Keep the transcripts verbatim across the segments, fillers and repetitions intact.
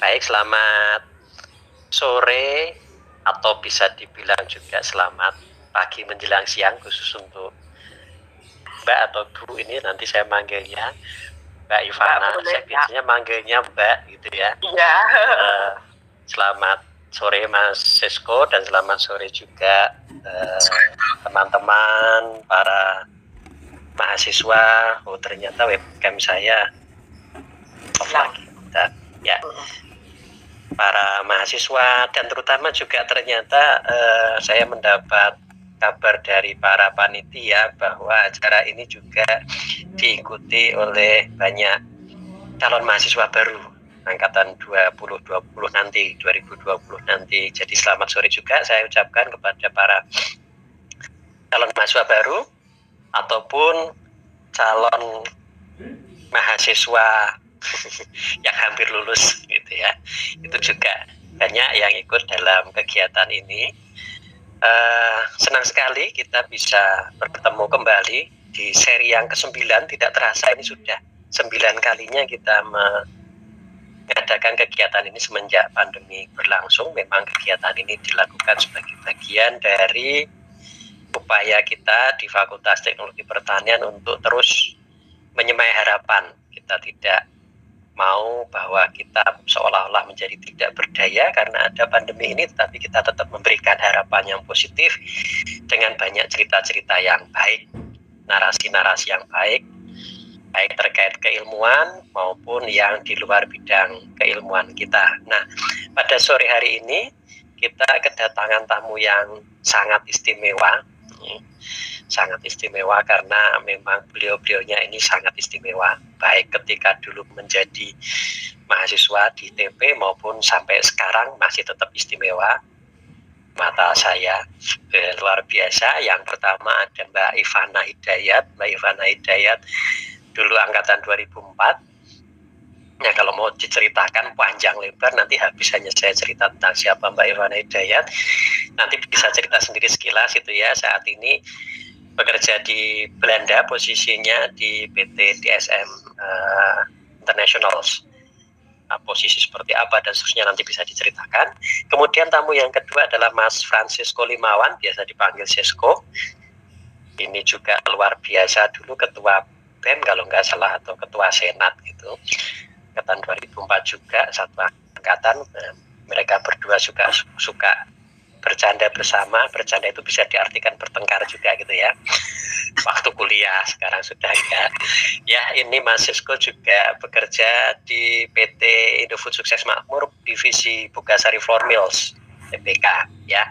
Baik, selamat sore atau bisa dibilang juga selamat pagi menjelang siang, khusus untuk Mbak atau Bu ini nanti saya manggilnya Mbak Ivana. Mbak, saya biasanya manggilnya Mbak gitu ya. Iya. Uh, selamat sore Mas Sisko dan selamat sore juga teman-teman uh, para mahasiswa. Oh, ternyata webcam saya off lagi. Bentar. Ya, para mahasiswa dan terutama juga ternyata uh, saya mendapat kabar dari para panitia bahwa acara ini juga diikuti oleh banyak calon mahasiswa baru angkatan dua ribu dua puluh nanti, dua ribu dua puluh nanti. Jadi selamat sore juga saya ucapkan kepada para calon mahasiswa baru ataupun calon mahasiswa yang hampir lulus gitu ya. Itu juga banyak yang ikut dalam kegiatan ini. Uh, senang sekali kita bisa bertemu kembali di seri yang kesembilan. Tidak terasa ini sudah sembilan kalinya kita mengadakan kegiatan ini semenjak pandemi berlangsung. Memang kegiatan ini dilakukan sebagai bagian dari upaya kita di Fakultas Teknologi Pertanian untuk terus menyemai harapan. Kita tidak mau bahwa kita seolah-olah menjadi tidak berdaya karena ada pandemi ini, tetapi kita tetap memberikan harapan yang positif dengan banyak cerita-cerita yang baik, narasi-narasi yang baik, baik terkait keilmuan maupun yang di luar bidang keilmuan kita. Nah, pada sore hari ini kita kedatangan tamu yang sangat istimewa, sangat istimewa karena memang beliau-beliaunya ini sangat istimewa, baik ketika dulu menjadi mahasiswa di T P maupun sampai sekarang masih tetap istimewa mata saya. eh, luar biasa. Yang pertama ada Mbak Ivana Hidayat. Mbak Ivana Hidayat dulu angkatan dua ribu empat. Ya, kalau mau diceritakan panjang lebar nanti habis hanya saya cerita tentang siapa Mbak Ivana Hidayat. Nanti bisa cerita sendiri sekilas itu ya. Saat ini bekerja di Belanda, posisinya di P T D S M uh, Internationals. Nah, posisi seperti apa dan seterusnya nanti bisa diceritakan. Kemudian tamu yang kedua adalah Mas Francisco Limawan, biasa dipanggil Sisko. Ini juga luar biasa, dulu ketua B E M kalau nggak salah atau ketua Senat gitu. Angkatan dua ribu empat juga, satu angkatan. Nah, mereka berdua juga suka bercanda bersama. Bercanda itu bisa diartikan bertengkar juga gitu ya. Waktu kuliah, sekarang sudah enggak. Ya, ini Mas Sisko juga bekerja di P T Indofood Sukses Makmur, divisi Bugasari Flour Mills, T P K ya.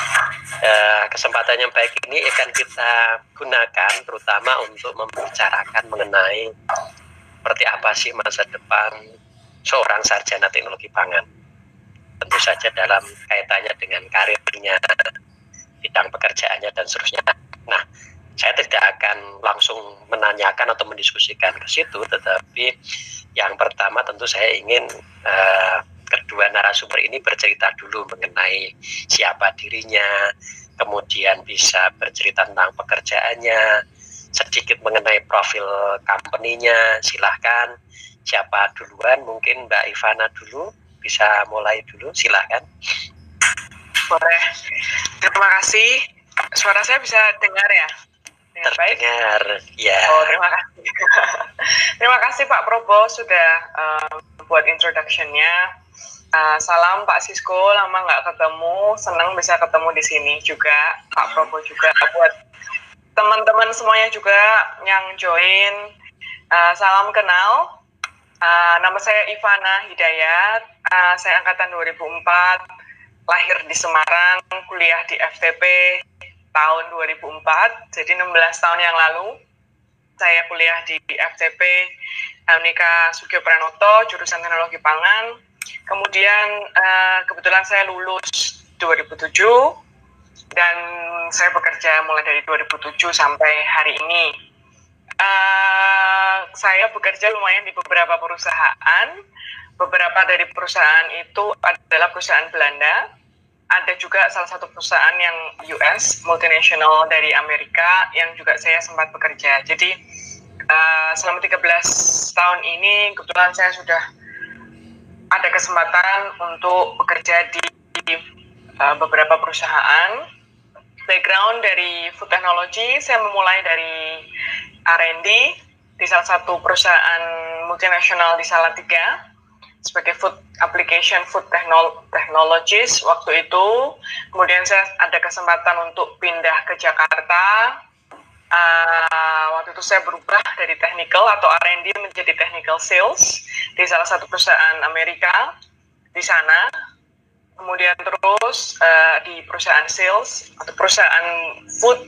E, kesempatan yang baik ini akan kita gunakan terutama untuk membicarakan mengenai seperti apa sih masa depan seorang sarjana teknologi pangan. Tentu saja dalam kaitannya dengan karirnya, bidang pekerjaannya dan seterusnya. Nah, saya tidak akan langsung menanyakan atau mendiskusikan ke situ, tetapi yang pertama tentu saya ingin uh, kedua narasumber ini bercerita dulu mengenai siapa dirinya, kemudian bisa bercerita tentang pekerjaannya, sedikit mengenai profil company-nya. Silahkan, siapa duluan? Mungkin Mbak Ivana dulu, bisa mulai dulu, silahkan. Boleh. Terima kasih. Suara saya bisa dengar ya? Dengan baik? Terdengar, ya. Oh, terima kasih. Terima kasih Pak Probo sudah uh, buat introduction-nya. Uh, salam Pak Sisko, lama nggak ketemu, senang bisa ketemu di sini juga. Pak Probo juga, buat teman-teman semuanya juga yang join, uh, salam kenal. Uh, nama saya Ivana Hidayat, uh, saya angkatan dua ribu empat, lahir di Semarang, kuliah di F T P tahun dua ribu empat, jadi enam belas tahun yang lalu. Saya kuliah di F T P Unika Sugio Pranoto, jurusan Teknologi Pangan. Kemudian uh, kebetulan saya lulus dua ribu tujuh, dan saya bekerja mulai dari dua ribu tujuh sampai hari ini. Uh, saya bekerja lumayan di beberapa perusahaan. Beberapa dari perusahaan itu adalah perusahaan Belanda. Ada juga salah satu perusahaan yang U S, multinational dari Amerika, yang juga saya sempat bekerja. Jadi uh, selama tiga belas tahun ini kebetulan saya sudah ada kesempatan untuk bekerja di uh, beberapa perusahaan. Background dari food technology, saya memulai dari R and D di salah satu perusahaan multinasional di Salatiga sebagai food application food technologist waktu itu. Kemudian saya ada kesempatan untuk pindah ke Jakarta. Uh, waktu itu saya berubah dari technical atau R and D menjadi technical sales di salah satu perusahaan Amerika di sana. Kemudian terus uh, di perusahaan sales atau perusahaan food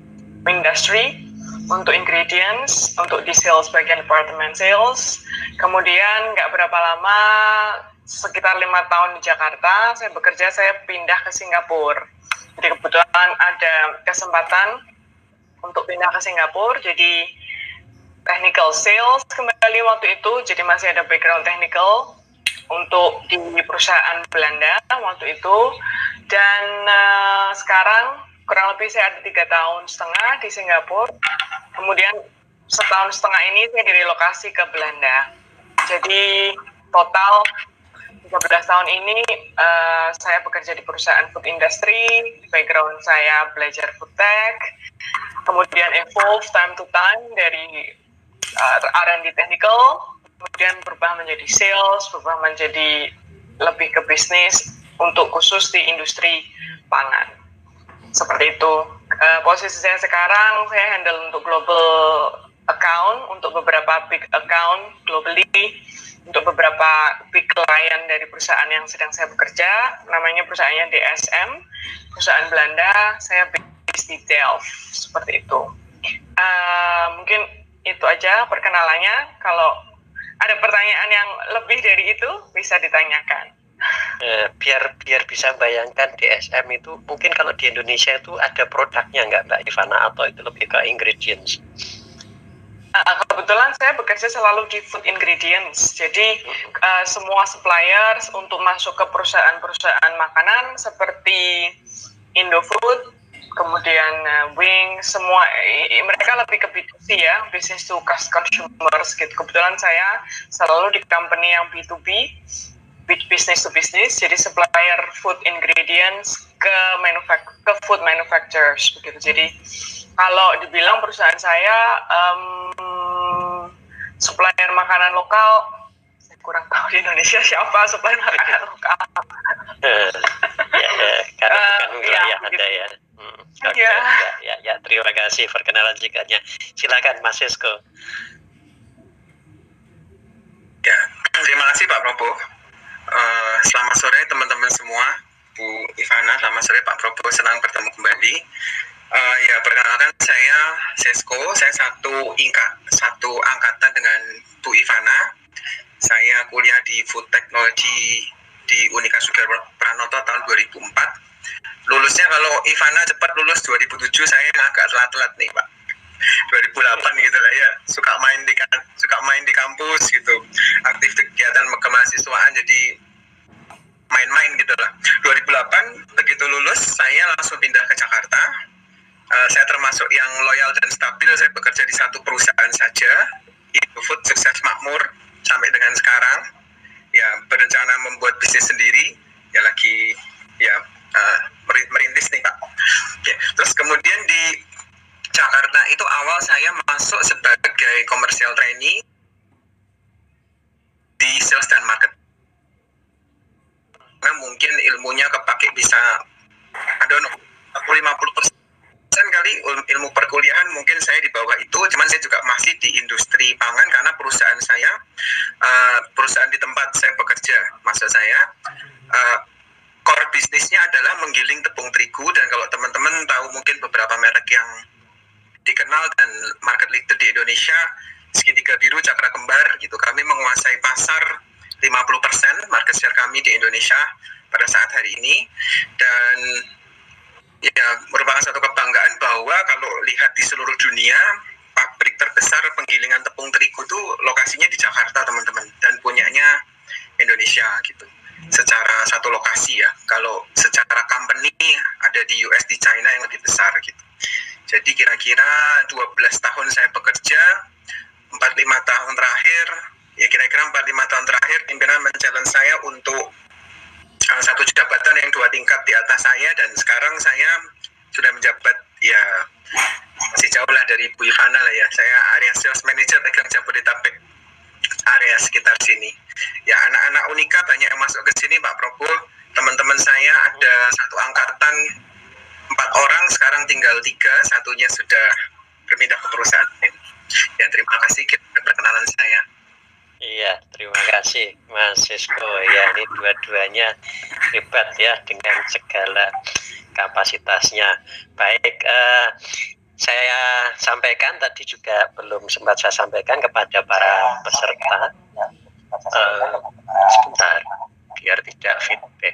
industry untuk ingredients, untuk di sales bagian department sales. Kemudian nggak berapa lama, sekitar lima tahun di Jakarta, saya bekerja, saya pindah ke Singapura. Jadi kebetulan ada kesempatan untuk pindah ke Singapura, jadi technical sales kembali waktu itu, jadi masih ada background technical untuk di perusahaan Belanda waktu itu. Dan uh, sekarang kurang lebih saya ada tiga tahun setengah di Singapura. Kemudian setahun setengah ini saya direlokasi ke Belanda. Jadi total tiga belas tahun ini uh, saya bekerja di perusahaan food industry. Background saya belajar food tech, kemudian evolve time to time dari uh, R and D technical, kemudian berubah menjadi sales, berubah menjadi lebih ke bisnis untuk khusus di industri pangan. Seperti itu. Uh, posisi saya sekarang, saya handle untuk global account, untuk beberapa big account globally, untuk beberapa big client dari perusahaan yang sedang saya bekerja. Namanya perusahaannya D S M, perusahaan Belanda, saya based di Delft, seperti itu. Uh, mungkin itu aja perkenalannya. Kalau ada pertanyaan yang lebih dari itu bisa ditanyakan. Eh, biar biar bisa bayangkan D S M itu mungkin kalau di Indonesia itu ada produknya nggak Mbak Ivana, atau itu lebih ke ingredients? Uh, kebetulan saya bekerja selalu di food ingredients. Jadi uh, semua suppliers untuk masuk ke perusahaan-perusahaan makanan seperti Indofood, kemudian uh, Wing, semua i, mereka lebih ke B two C ya, business to consumers gitu. Kebetulan saya selalu di company yang B two B, business to business, jadi supplier food ingredients ke manufact ke food manufacturers begitu. Jadi kalau dibilang perusahaan saya um, supplier makanan lokal, saya kurang tahu di Indonesia siapa supplier makanan lokal. ya, ya, karena uh, bukan wilayah ya, ada ya. Hmm, okay. ya. ya, ya, ya, terima kasih perkenalan singkatnya. Silakan Mas Sisko. Ya, terima kasih Pak Probo. Uh, selamat sore teman-teman semua, Bu Ivana, selamat sore Pak Probo, senang bertemu kembali. Uh, ya, perkenalkan saya Sisko, saya satu ingka, satu angkatan dengan Bu Ivana. Saya kuliah di Food Technology di Unika Sugar Pranoto tahun dua ribu empat. Lulusnya kalau Ivana cepat lulus dua ribu tujuh, saya yang agak telat-telat nih Pak. dua ribu delapan gitu lah ya, suka main di suka main di kampus gitu, aktif kegiatan kemahasiswaan, jadi main-main gitu lah. dua ribu delapan begitu lulus saya langsung pindah ke Jakarta. Uh, saya termasuk yang loyal dan stabil, saya bekerja di satu perusahaan saja, Indofood, sukses makmur sampai dengan sekarang. Ya, berencana membuat bisnis sendiri, ya lagi ya uh, merintis nih Pak. Oke, terus kemudian di Jakarta itu awal saya masuk sebagai commercial trainee di sales dan market. Nah, mungkin ilmunya kepake bisa, I don't know, lima puluh persen kali ilmu perkuliahan mungkin saya di bawah itu, cuman saya juga masih di industri pangan karena perusahaan saya, uh, perusahaan di tempat saya bekerja, maksud saya, uh, core bisnisnya adalah menggiling tepung terigu. Dan kalau teman-teman tahu mungkin beberapa merek yang dikenal dan market leader di Indonesia, Segitiga Biru, Cakra Kembar gitu, kami menguasai pasar lima puluh persen market share kami di Indonesia pada saat hari ini. Dan ya, merupakan satu kebanggaan bahwa kalau lihat di seluruh dunia, pabrik terbesar penggilingan tepung terigu itu lokasinya di Jakarta teman-teman, dan punyanya Indonesia gitu, secara satu lokasi ya. Kalau secara company ada di U S, di China yang lebih besar gitu. Jadi kira-kira dua belas tahun saya bekerja, empat puluh lima tahun terakhir, ya kira-kira empat puluh lima tahun terakhir pimpinan men-challenge saya saya, dan sekarang saya sudah menjabat ya masih jauh lah dari Bu Ivana lah ya. Saya area sales manager pegang Jabodetabek, area sekitar sini. Ya, anak-anak Unika banyak yang masuk ke sini Pak Probo. Teman-teman saya ada satu angkatan empat orang, sekarang tinggal tiga, satunya sudah berpindah ke perusahaan. Ya, terima kasih perkenalan saya. Iya, terima kasih Mas Sisko. Ya, ini dua-duanya hebat ya dengan segala kapasitasnya. Baik, eh, saya sampaikan tadi juga belum sempat saya sampaikan kepada para peserta. Eh, sebentar, biar tidak feedback.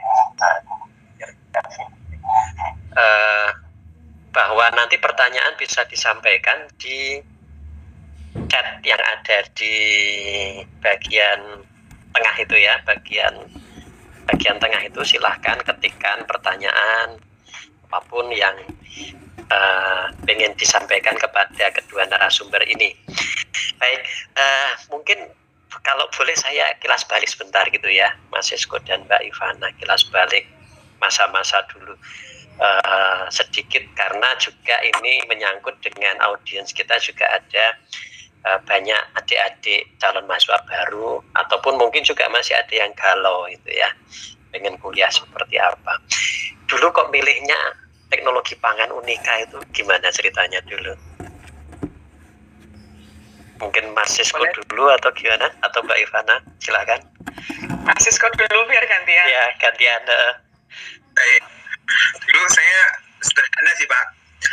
Eh, bahwa nanti pertanyaan bisa disampaikan di chat yang ada di bagian tengah itu ya, bagian bagian tengah itu silahkan ketikkan pertanyaan apapun yang uh, ingin disampaikan kepada kedua narasumber ini. Baik, uh, mungkin kalau boleh saya kilas balik sebentar gitu ya, Mas Sisko dan Mbak Ivana, kilas balik masa-masa dulu uh, sedikit, karena juga ini menyangkut dengan audiens kita, juga ada uh, banyak adik-adik calon mahasiswa baru, ataupun mungkin juga masih ada yang galau itu ya, pengen kuliah seperti apa. Dulu kok milihnya teknologi pangan Unika itu gimana ceritanya dulu? Mungkin Mas Sisko Boleh. dulu atau gimana? Atau Mbak Ivana, silakan. Mas Sisko dulu biar gantian. Ya, gantian. Uh, Baik, dulu saya sederhana sih Pak.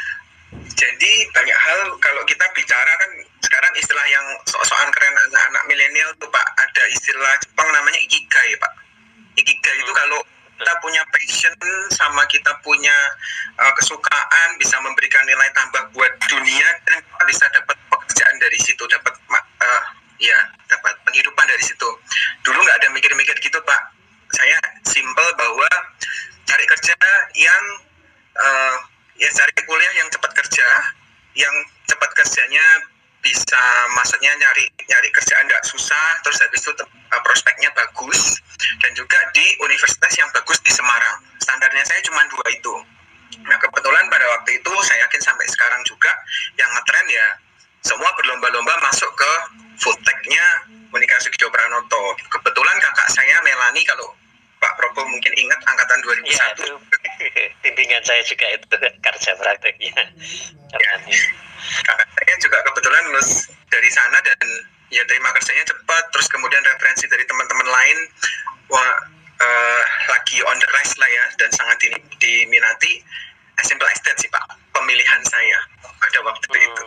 Jadi banyak hal kalau kita bicara kan sekarang istilah yang sok-sokan keren anak-anak milenial tuh Pak, ada istilah Jepang namanya ikigai Pak. Ikigai itu kalau kita punya passion sama kita punya uh, kesukaan, bisa memberikan nilai tambah buat dunia, dan kita bisa dapat pekerjaan dari situ, dapat uh, ya dapat penghidupan dari situ. Dulu nggak ada mikir-mikir gitu Pak. Saya simpel bahwa cari kerja yang uh, ya cari kuliah yang cepat kerja, yang cepat kerjanya bisa, maksudnya nyari nyari kerjaan nggak susah, terus habis itu uh, prospeknya bagus, dan juga di universitas yang bagus di Semarang. Standarnya saya cuma dua itu. Nah kebetulan pada waktu itu, saya yakin sampai sekarang juga yang ngetren ya semua berlomba-lomba masuk ke Foodtech-nya Unika Sugio Pranoto. Kebetulan kakak saya Melani, kalau Pak Probo mungkin ingat, angkatan dua ribu satu. ya, bimbingan saya juga itu kerja prakteknya. Ya. Kakak saya juga kebetulan lulus dari sana, dan ya terima kerjanya cepat. Terus kemudian referensi dari teman-teman lain, wah uh, lagi on the rise lah ya, dan sangat diminati. As simple as that sih Pak, pemilihan saya pada waktu hmm. itu.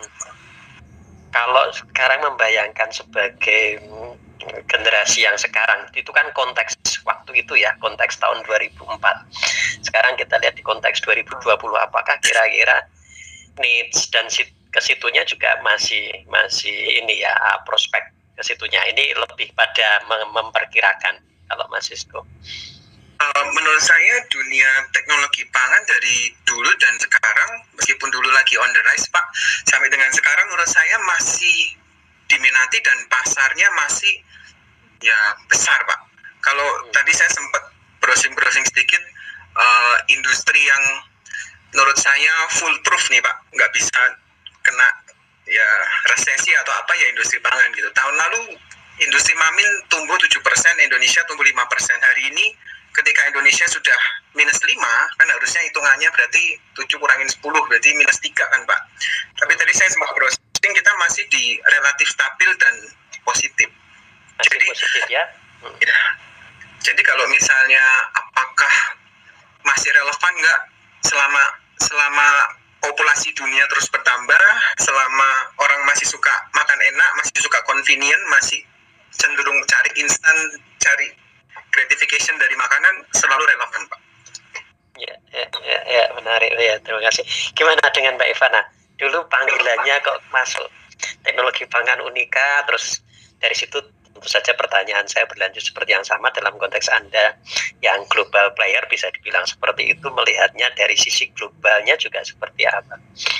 Kalau sekarang membayangkan sebagai generasi yang sekarang, itu kan konteks waktu itu ya, konteks tahun dua ribu empat. Sekarang kita lihat di konteks dua ribu dua puluh, apakah kira-kira needs dan ke situnya juga masih masih ini ya, prospek ke situnya ini lebih pada mem memperkirakan kalau Mas Sisko? Uh, menurut saya dunia teknologi pangan dari dulu dan sekarang, meskipun dulu lagi on the rise Pak, sampai dengan sekarang menurut saya masih diminati dan pasarnya masih ya besar Pak. Kalau hmm. tadi saya sempat browsing-browsing sedikit, uh, industri yang menurut saya full proof nih Pak, nggak bisa kena ya resesi atau apa ya industri pangan gitu. Tahun lalu industri mamin tumbuh tujuh persen, Indonesia tumbuh lima persen. Hari ini ketika Indonesia sudah minus lima, kan harusnya hitungannya berarti tujuh kurangin sepuluh, berarti minus tiga kan Pak. Tapi tadi saya sempat browsing, kita masih di relatif stabil dan positif. Masih jadi, positif ya? Hmm. ya. Jadi kalau misalnya apakah masih relevan nggak selama selama populasi dunia terus bertambah, selama orang masih suka makan enak, masih suka convenient, masih cenderung cari instan, cari gratification dari makanan, selalu relevan Pak. Ya, ya, ya, ya, menarik ya, terima kasih. Gimana dengan Mbak Ivana? Dulu panggilannya kok masuk teknologi pangan Unika, terus dari situ tentu saja pertanyaan saya berlanjut seperti yang sama dalam konteks Anda yang global player, bisa dibilang seperti itu, melihatnya dari sisi globalnya juga seperti apa?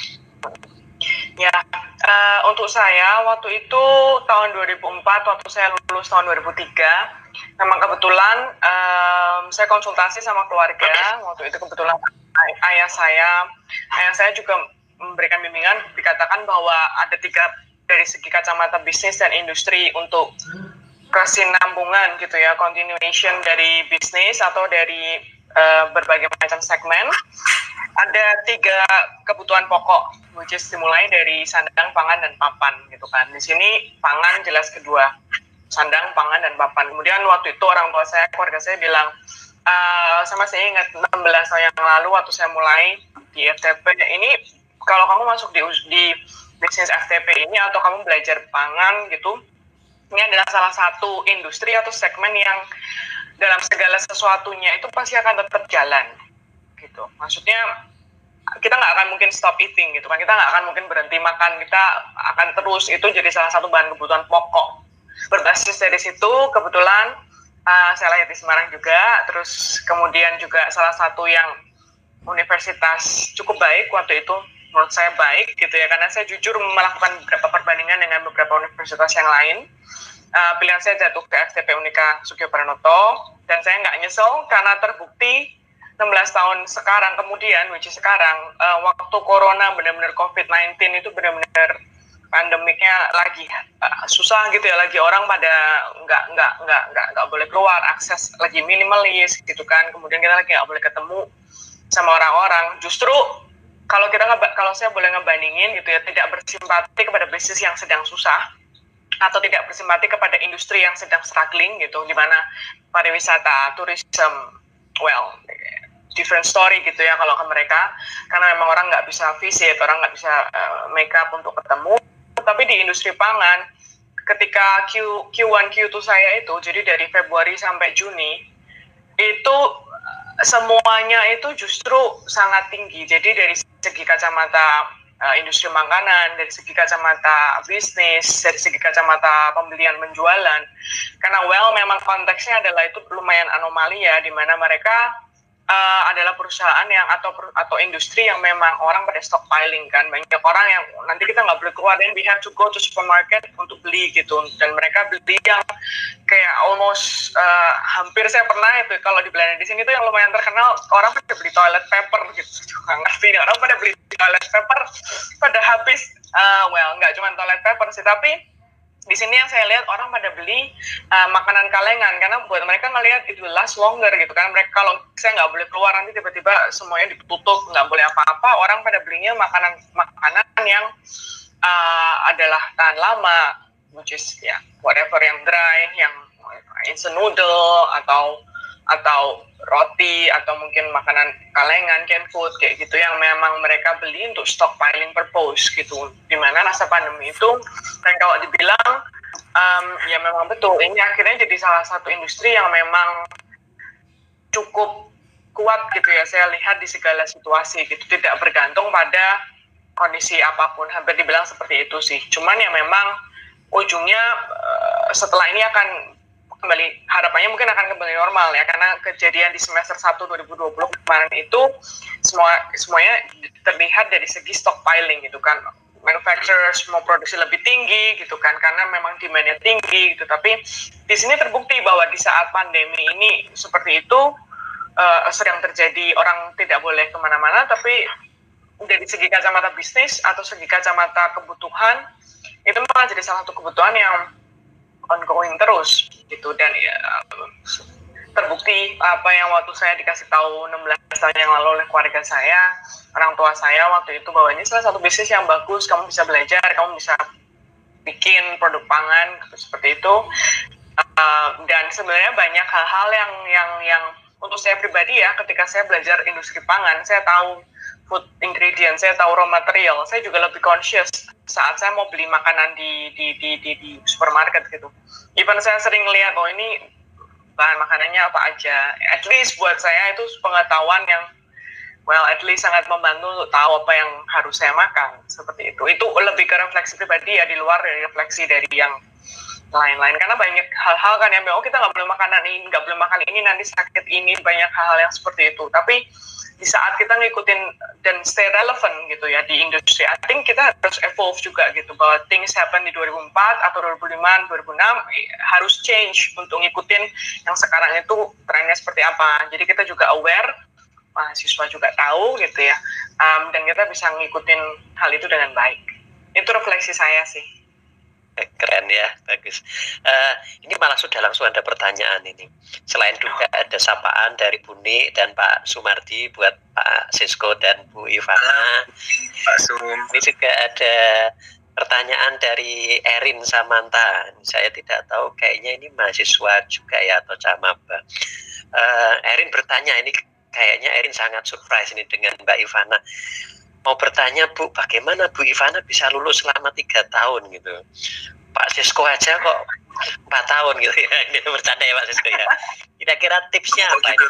Ya, uh, untuk saya waktu itu tahun dua ribu empat, waktu saya lulus tahun dua ribu tiga, memang kebetulan um, saya konsultasi sama keluarga. Waktu itu kebetulan ay- ayah saya, ayah saya juga memberikan bimbingan, dikatakan bahwa ada tiga dari segi kacamata bisnis dan industri untuk kesinambungan gitu ya, continuation dari bisnis atau dari uh, berbagai macam segmen. Ada tiga kebutuhan pokok, which is dimulai dari sandang, pangan, dan papan gitu kan. Di sini pangan jelas kedua, sandang, pangan, dan papan. Kemudian waktu itu orang tua saya, keluarga saya bilang, uh, saya masih ingat enam belas tahun yang lalu waktu saya mulai di F T P, ini kalau kamu masuk di, di bisnis F T P ini atau kamu belajar pangan gitu, ini adalah salah satu industri atau segmen yang dalam segala sesuatunya itu pasti akan tetap jalan gitu. Maksudnya kita nggak akan mungkin stop eating gitu kan, kita nggak akan mungkin berhenti makan, kita akan terus, itu jadi salah satu bahan kebutuhan pokok. Berbasis dari situ kebetulan uh, saya lahir di Semarang juga, terus kemudian juga salah satu yang universitas cukup baik waktu itu, menurut saya baik gitu ya, karena saya jujur melakukan beberapa perbandingan dengan beberapa universitas yang lain. Uh, pilihan saya jatuh ke F T P Unika Sugio Pranoto, dan saya nggak nyesel karena terbukti enam belas tahun sekarang kemudian, which is sekarang, uh, waktu corona benar-benar covid sembilan belas itu benar-benar pandemiknya lagi uh, susah gitu ya, lagi orang pada nggak nggak nggak nggak nggak boleh keluar, akses lagi minimalis gitu kan, kemudian kita lagi nggak boleh ketemu sama orang-orang. Justru kalau kita ngeba- kalau saya boleh ngebandingin gitu ya, tidak bersimpati kepada bisnis yang sedang susah atau tidak bersimpati kepada industri yang sedang struggling gitu, di mana pariwisata, tourism, well, different story gitu ya kalau ke mereka, karena memang orang nggak bisa visit, orang nggak bisa uh, make up untuk ketemu. Tapi di industri pangan, ketika Q, Q1, Q two saya itu, jadi dari Februari sampai Juni, itu uh, semuanya itu justru sangat tinggi. Jadi dari segi kacamata uh, industri makanan, dari segi kacamata bisnis, dari segi kacamata pembelian menjualan, karena well memang konteksnya adalah itu lumayan anomali ya, di mana mereka uh, adalah perusahaan yang atau atau industri yang memang orang pada stockpiling kan, banyak orang yang nanti kita nggak boleh keluar, dan we have to go to supermarket untuk beli gitu, dan mereka beli yang kayak almost uh, hampir saya pernah itu kalau di Belanda di sini tuh yang lumayan terkenal, orang pada beli toilet paper gitu, nggak ngerti orang pada beli toilet paper pada habis, uh, well nggak cuma toilet paper sih, tapi di sini yang saya lihat orang pada beli uh, makanan kalengan, karena buat mereka ngelihat itu last longer gitu kan. Mereka kalau saya nggak boleh keluar nanti tiba-tiba semuanya ditutup, nggak boleh apa-apa, orang pada belinya makanan makanan yang uh, adalah tahan lama, which is ya yeah, whatever yang dry, yang instant noodle atau atau roti atau mungkin makanan kalengan, canned food kayak gitu, yang memang mereka beli untuk stockpiling purpose gitu. Dimana masa pandemi itu, dan kalau dibilang um, ya memang betul, ini akhirnya jadi salah satu industri yang memang cukup kuat gitu ya, saya lihat di segala situasi gitu, tidak bergantung pada kondisi apapun, hampir dibilang seperti itu sih. Cuman ya memang ujungnya uh, setelah ini akan kembali, harapannya mungkin akan kembali normal ya, karena kejadian di semester satu dua ribu dua puluh kemarin itu semua semuanya terlihat dari segi stockpiling gitu kan, manufacturers mau produksi lebih tinggi gitu kan, karena memang demand-nya tinggi gitu. Tapi di sini terbukti bahwa di saat pandemi ini seperti itu uh, sedang terjadi, orang tidak boleh kemana-mana, tapi dari segi kacamata bisnis atau segi kacamata kebutuhan itu malah jadi salah satu kebutuhan yang ongoing terus gitu. Dan ya terbukti apa yang waktu saya dikasih tahu enam belas tahun yang lalu oleh keluarga saya, orang tua saya waktu itu, bahwa ini salah satu bisnis yang bagus, kamu bisa belajar, kamu bisa bikin produk pangan seperti itu. Uh, dan sebenarnya banyak hal-hal yang yang yang untuk saya pribadi ya, ketika saya belajar industri pangan, saya tahu food ingredient, saya tahu raw material, saya juga lebih conscious saat saya mau beli makanan di di di di, di supermarket gitu. Even saya sering lihat, oh ini bahan makanannya apa aja. At least buat saya itu pengetahuan yang well at least sangat membantu untuk tahu apa yang harus saya makan seperti itu. Itu lebih ke refleksi pribadi ya, di luar dari refleksi dari yang lain-lain, karena banyak hal-hal kan yang oh kita nggak boleh makanan ini, nggak boleh makan ini nanti sakit ini, banyak hal-hal yang seperti itu. Tapi di saat kita ngikutin dan stay relevant gitu ya di industri, I think kita harus evolve juga gitu, bahwa things happen di dua ribu empat atau dua ribu lima, dua ribu enam harus change untuk ngikutin yang sekarang itu trennya seperti apa. Jadi kita juga aware, mahasiswa juga tahu gitu ya, um, dan kita bisa ngikutin hal itu dengan baik. Itu refleksi saya sih. Keren ya, bagus. Uh, ini malah sudah langsung ada pertanyaan ini. Selain juga ada sapaan dari Bu Ni dan Pak Sumardi buat Pak Sisko dan Bu Ivana. Pak Sum. Ini juga ada pertanyaan dari Erin Samanta. Saya tidak tahu, kayaknya ini mahasiswa juga ya atau camaba. Uh, Erin bertanya, ini kayaknya Erin sangat surprise ini dengan Mbak Ivana. Mau bertanya, Bu, bagaimana Bu Ivana bisa lulus selama tiga tahun gitu? Pak Sisko aja kok empat tahun gitu ya. Ini bercanda ya Pak Sisko ya. Kira-kira tipsnya apa ini?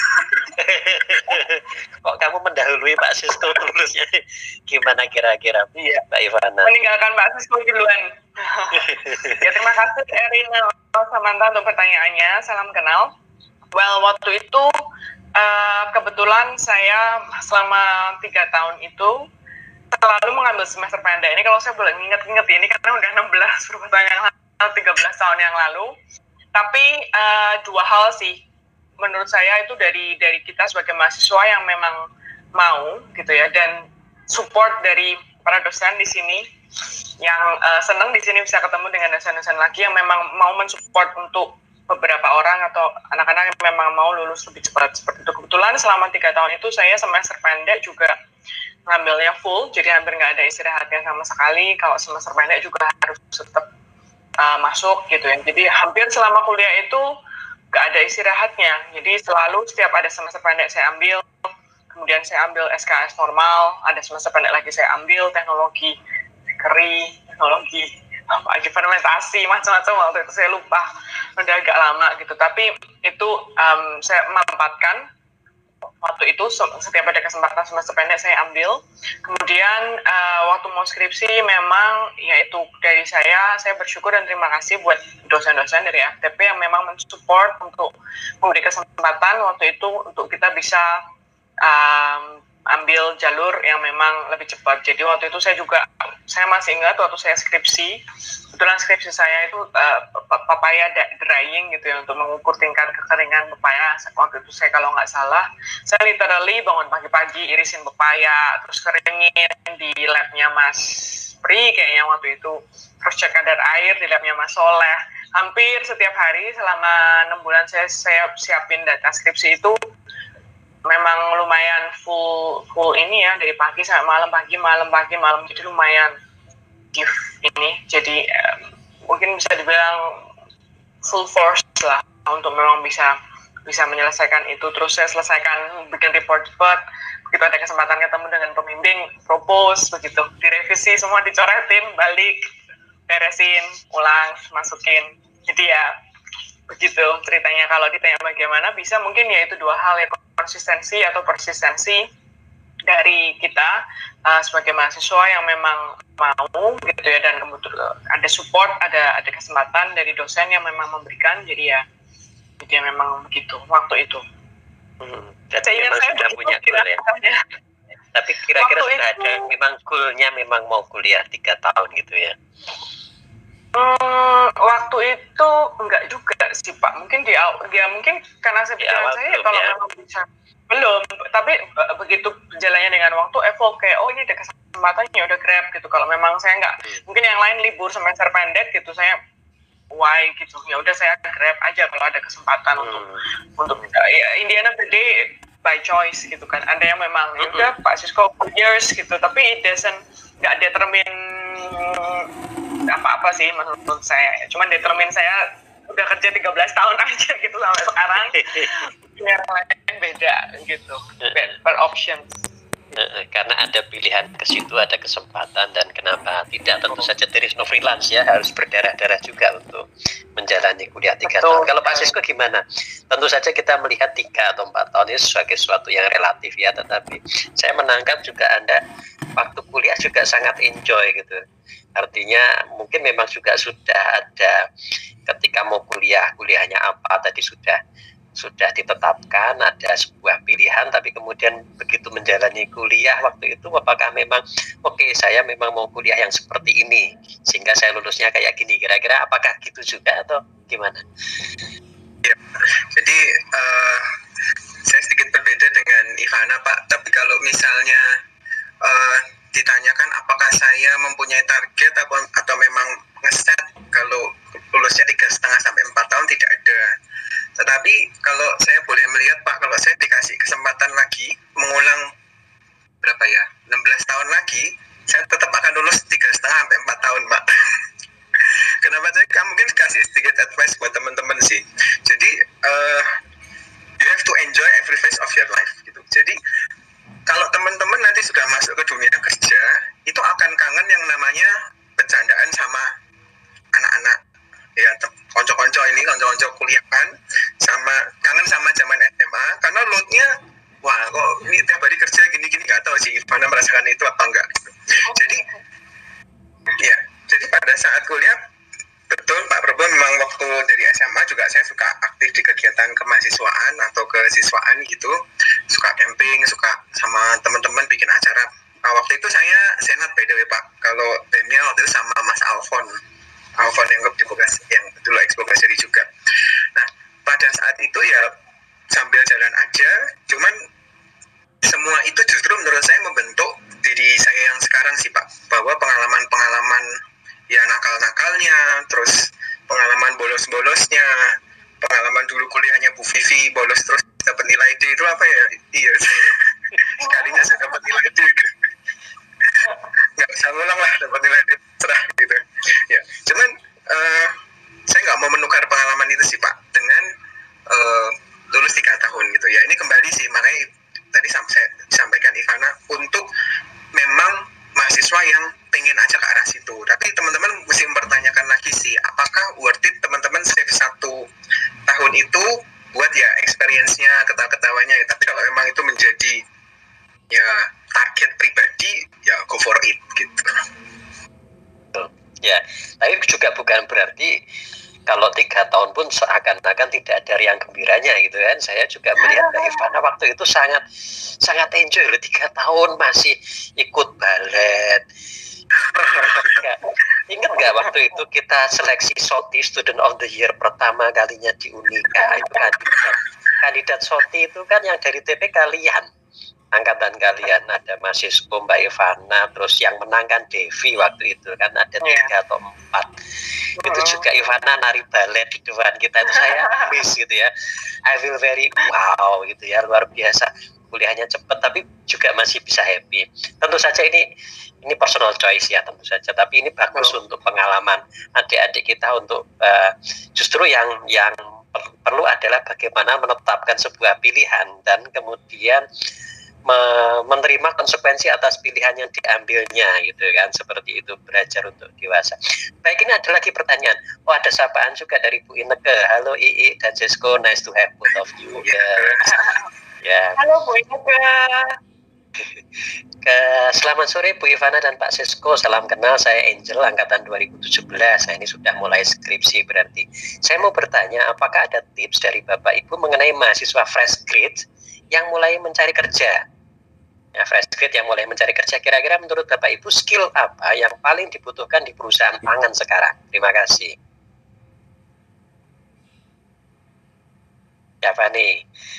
Kok kamu mendahului Pak Sisko lulusnya? Gimana kira-kira iya, Mbak Ivana? Meninggalkan Pak Sisko duluan. Ya, terima kasih Erin Samanta untuk pertanyaannya. Salam kenal. Well, waktu itu Uh, kebetulan saya selama tiga tahun itu selalu mengambil semester pendek. Ini kalau saya boleh ingat-ingat ini karena udah enam belas berapa tahun yang lalu, tiga belas tahun yang lalu. Tapi uh, dua hal sih menurut saya itu dari dari kita sebagai mahasiswa yang memang mau gitu ya, dan support dari para dosen di sini yang uh, senang di sini bisa ketemu dengan dosen-dosen lagi yang memang mau mensupport untuk beberapa orang atau anak-anak yang memang mau lulus lebih cepat seperti itu. Kebetulan selama tiga tahun itu saya semester pendek juga ngambilnya full, jadi hampir nggak ada istirahatnya sama sekali. Kalau semester pendek juga harus tetap uh, masuk gitu ya. Jadi hampir selama kuliah itu nggak ada istirahatnya. Jadi selalu setiap ada semester pendek saya ambil, kemudian saya ambil S K S normal, ada semester pendek lagi saya ambil teknologi keri, teknologi apa lagi fermentasi, macam-macam. Waktu itu saya lupa, udah agak lama gitu. Tapi itu um, saya memanfaatkan waktu itu setiap ada kesempatan semester pendek saya ambil. Kemudian uh, waktu mau skripsi memang yaitu dari saya, saya bersyukur dan terima kasih buat dosen-dosen dari F T P yang memang mensupport untuk memberi kesempatan waktu itu untuk kita bisa um, ambil jalur yang memang lebih cepat. Jadi waktu itu saya juga, saya masih ingat waktu saya skripsi, kebetulan skripsi saya itu uh, papaya drying gitu ya, untuk mengukur tingkat kekeringan pepaya. Waktu itu saya kalau nggak salah, saya literally bangun pagi-pagi irisin pepaya, terus keringin di labnya Mas Pri kayaknya waktu itu, terus cek kadar air di labnya Mas Soleh. Hampir setiap hari selama enam bulan saya, saya siapin data skripsi itu. Memang lumayan full full ini ya, dari pagi sampai malam, pagi malam pagi malam, jadi lumayan give ini. Jadi um, mungkin bisa dibilang full force lah untuk memang bisa bisa menyelesaikan itu. Terus saya selesaikan bikin report cepat, begitu ada kesempatan ketemu dengan pembimbing, propose begitu, direvisi semua, dicoretin, balik, beresin, ulang, masukin. Jadi ya begitu ceritanya. Kalau ditanya bagaimana bisa, mungkin ya itu dua hal ya, konsistensi atau persistensi dari kita uh, sebagai mahasiswa yang memang mau gitu ya, dan kebetulan ada support, ada ada kesempatan dari dosen yang memang memberikan. Jadi ya, jadi ya memang begitu waktu itu. Hmm, jadi memang saya sudah punya goal ya. Tapi kira-kira sudah itu, ada memang goalnya memang mau kuliah tiga tahun gitu ya? Hmm, waktu itu enggak juga sih Pak, mungkin di awal, ya mungkin karena saya pikiran saya kalau ya. Memang bisa, belum, tapi begitu jalannya dengan waktu evolve kayak oh ini ada kesempatan ya udah grab gitu. Kalau memang saya enggak, hmm. mungkin yang lain libur semester pendek gitu, saya why gitu, ya udah saya grab aja kalau ada kesempatan hmm. untuk untuk ya, Indiana Day by choice gitu kan. Ada yang memang ya udah hmm. Pak Sisko years gitu, tapi it doesn't nggak determine apa-apa sih menurut saya. Cuman determine saya udah kerja tiga belas tahun aja gitu sampai sekarang. Yang lain beda gitu, per option. Karena ada pilihan ke situ, ada kesempatan, dan kenapa tidak? Tentu saja there is no freelance ya, harus berdarah-darah juga untuk menjalani kuliah tiga tahun. Kalau Pak Sisko gimana? Tentu saja kita melihat tiga atau empat tahun ini sebagai sesuatu yang relatif ya, tetapi saya menangkap juga Anda waktu kuliah juga sangat enjoy gitu. Artinya mungkin memang juga sudah ada ketika mau kuliah, kuliahnya apa tadi sudah sudah ditetapkan ada sebuah pilihan, tapi kemudian begitu menjalani kuliah waktu itu apakah memang oke okay, saya memang mau kuliah yang seperti ini sehingga saya lulusnya kayak gini, kira-kira apakah gitu juga atau gimana? Ya, jadi uh, saya sedikit berbeda dengan Ivana Pak, tapi kalau misalnya uh, ditanyakan apakah saya mempunyai target atau, atau memang ngeset kalau lulusnya tiga setengah sampai empat tahun, tidak ada. Tetapi kalau saya boleh melihat Pak, kalau saya dikasih kesempatan lagi mengulang berapa ya, enam belas tahun lagi, saya tetap akan lulus tiga setengah sampai empat tahun Pak. Kenapa saya kan mungkin kasih sedikit advice buat teman-teman sih. Jadi uh, you have to enjoy every phase of your life gitu. Jadi kalau teman-teman nanti sudah masuk ke dunia kerja, itu akan kangen yang namanya bercandaan sama anak-anak ya, konco-konco ini, konco-konco kuliah kan, sama kangen sama zaman S M A, karena loadnya wah kok ini tiap hari kerja gini-gini, nggak tahu sih Ivana merasakan itu apa enggak gitu. Jadi ya, jadi pada saat kuliah betul Pak Prabowo, memang waktu dari S M A juga saya suka aktif di kegiatan kemahasiswaan atau kesiswaan gitu, suka camping, suka sama teman-teman bikin acara. Nah, waktu itu saya senat by the way Pak, kalau B E M-nya waktu itu sama Mas Alfon Alfon yang yang dulu eksploitasi juga. Nah pada saat itu ya sambil jalan aja, cuman semua itu justru menurut saya membentuk diri saya yang sekarang sih Pak, bahwa pengalaman-pengalaman ya nakal-nakalnya, terus pengalaman bolos-bolosnya, pengalaman dulu kuliahnya Bu Vivi bolos terus dapat nilai D itu apa ya, iya sekalinya saya dapat nilai D nggak usah ngulang lah, dapat nilai D cerah gitu ya. Cuman uh, saya nggak mau menukar pengalaman itu sih Pak dengan uh, lulus tiga tahun gitu ya. Ini kembali sih, makanya tadi saya sampaikan Ivana, untuk memang mahasiswa yang pengen aja ke arah situ. Tapi teman-teman mesti mempertanyakan lagi sih, apakah worth it teman-teman save satu tahun itu buat ya experience-nya, ketawa-ketawanya ya. Tapi kalau memang itu menjadi ya target pribadi, ya go for it gitu. Ya, tapi juga bukan berarti kalau tiga tahun pun seakan-akan tidak ada riang gembiranya gitu kan. Saya juga melihat Mbak Ivana waktu itu sangat sangat enjoy loh, tiga tahun masih ikut balet. Ingat nggak waktu itu kita seleksi Soti Student of the Year pertama kalinya di Unika, itu kandidat, kandidat Soti itu kan yang dari T P kalian, angkatan kalian, ada mahasiswa Mbak Ivana, terus yang menangkan Devi waktu itu kan ada tiga atau empat. Itu juga Ivana nari balet di depan kita, itu saya miss gitu ya. I feel very wow gitu ya, luar biasa. Kuliahnya cepat tapi juga masih bisa happy. Tentu saja ini ini personal choice ya tentu saja, tapi ini bagus oh. untuk pengalaman adik-adik kita untuk uh, justru yang yang perlu adalah bagaimana menetapkan sebuah pilihan dan kemudian menerima konsekuensi atas pilihan yang diambilnya gitu kan, seperti itu, belajar untuk dewasa. Baik, ini ada lagi pertanyaan. Oh, ada sapaan juga dari Bu Ineke. Halo Ii dan Jesko, nice to have both of you. Yes. Ya. Halo Bu Ineke. Ke, selamat sore Bu Ivana dan Pak Sisko, salam kenal, saya Angel angkatan dua ribu tujuh belas. Nah, ini sudah mulai skripsi berarti. Saya mau bertanya, apakah ada tips dari Bapak Ibu mengenai mahasiswa fresh grade yang mulai mencari kerja? Ya, fresh grade yang mulai mencari kerja, kira-kira menurut Bapak Ibu skill apa yang paling dibutuhkan di perusahaan pangan sekarang? Terima kasih. Ya, Fani.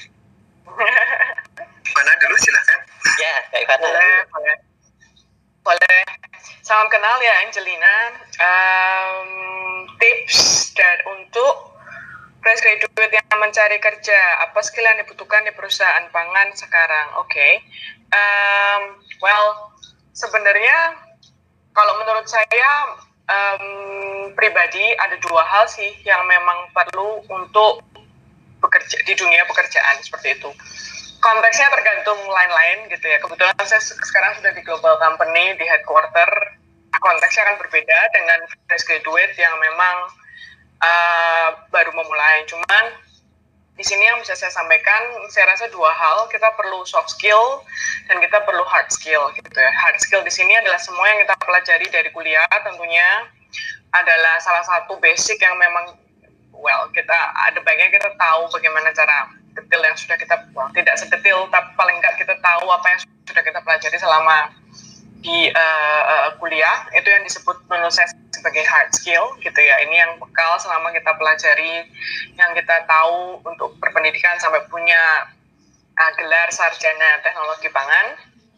Mana dulu silahkan. Ya, Kak Ivana. Boleh, boleh. Boleh. Salam kenal ya Angelina. Um, tips dan untuk fresh graduate yang mencari kerja, apa skill yang dibutuhkan di perusahaan pangan sekarang? Oke. Okay. Um, well, sebenarnya kalau menurut saya um, pribadi ada dua hal sih yang memang perlu untuk bekerja di dunia pekerjaan seperti itu. Konteksnya tergantung lain-lain gitu ya. Kebetulan saya sekarang sudah di global company, di headquarter. Konteksnya akan berbeda dengan fresh graduate yang memang uh, baru memulai. Cuman di sini yang bisa saya sampaikan, saya rasa dua hal, kita perlu soft skill dan kita perlu hard skill gitu ya. Hard skill di sini adalah semua yang kita pelajari dari kuliah, tentunya adalah salah satu basic yang memang well kita ada baiknya kita tahu bagaimana cara detail yang sudah kita, well, tidak sedetil tapi paling nggak kita tahu apa yang sudah kita pelajari selama di uh, uh, kuliah. Itu yang disebut menurut saya sebagai hard skill gitu ya. Ini yang bekal selama kita pelajari, yang kita tahu untuk berpendidikan sampai punya uh, gelar sarjana teknologi pangan.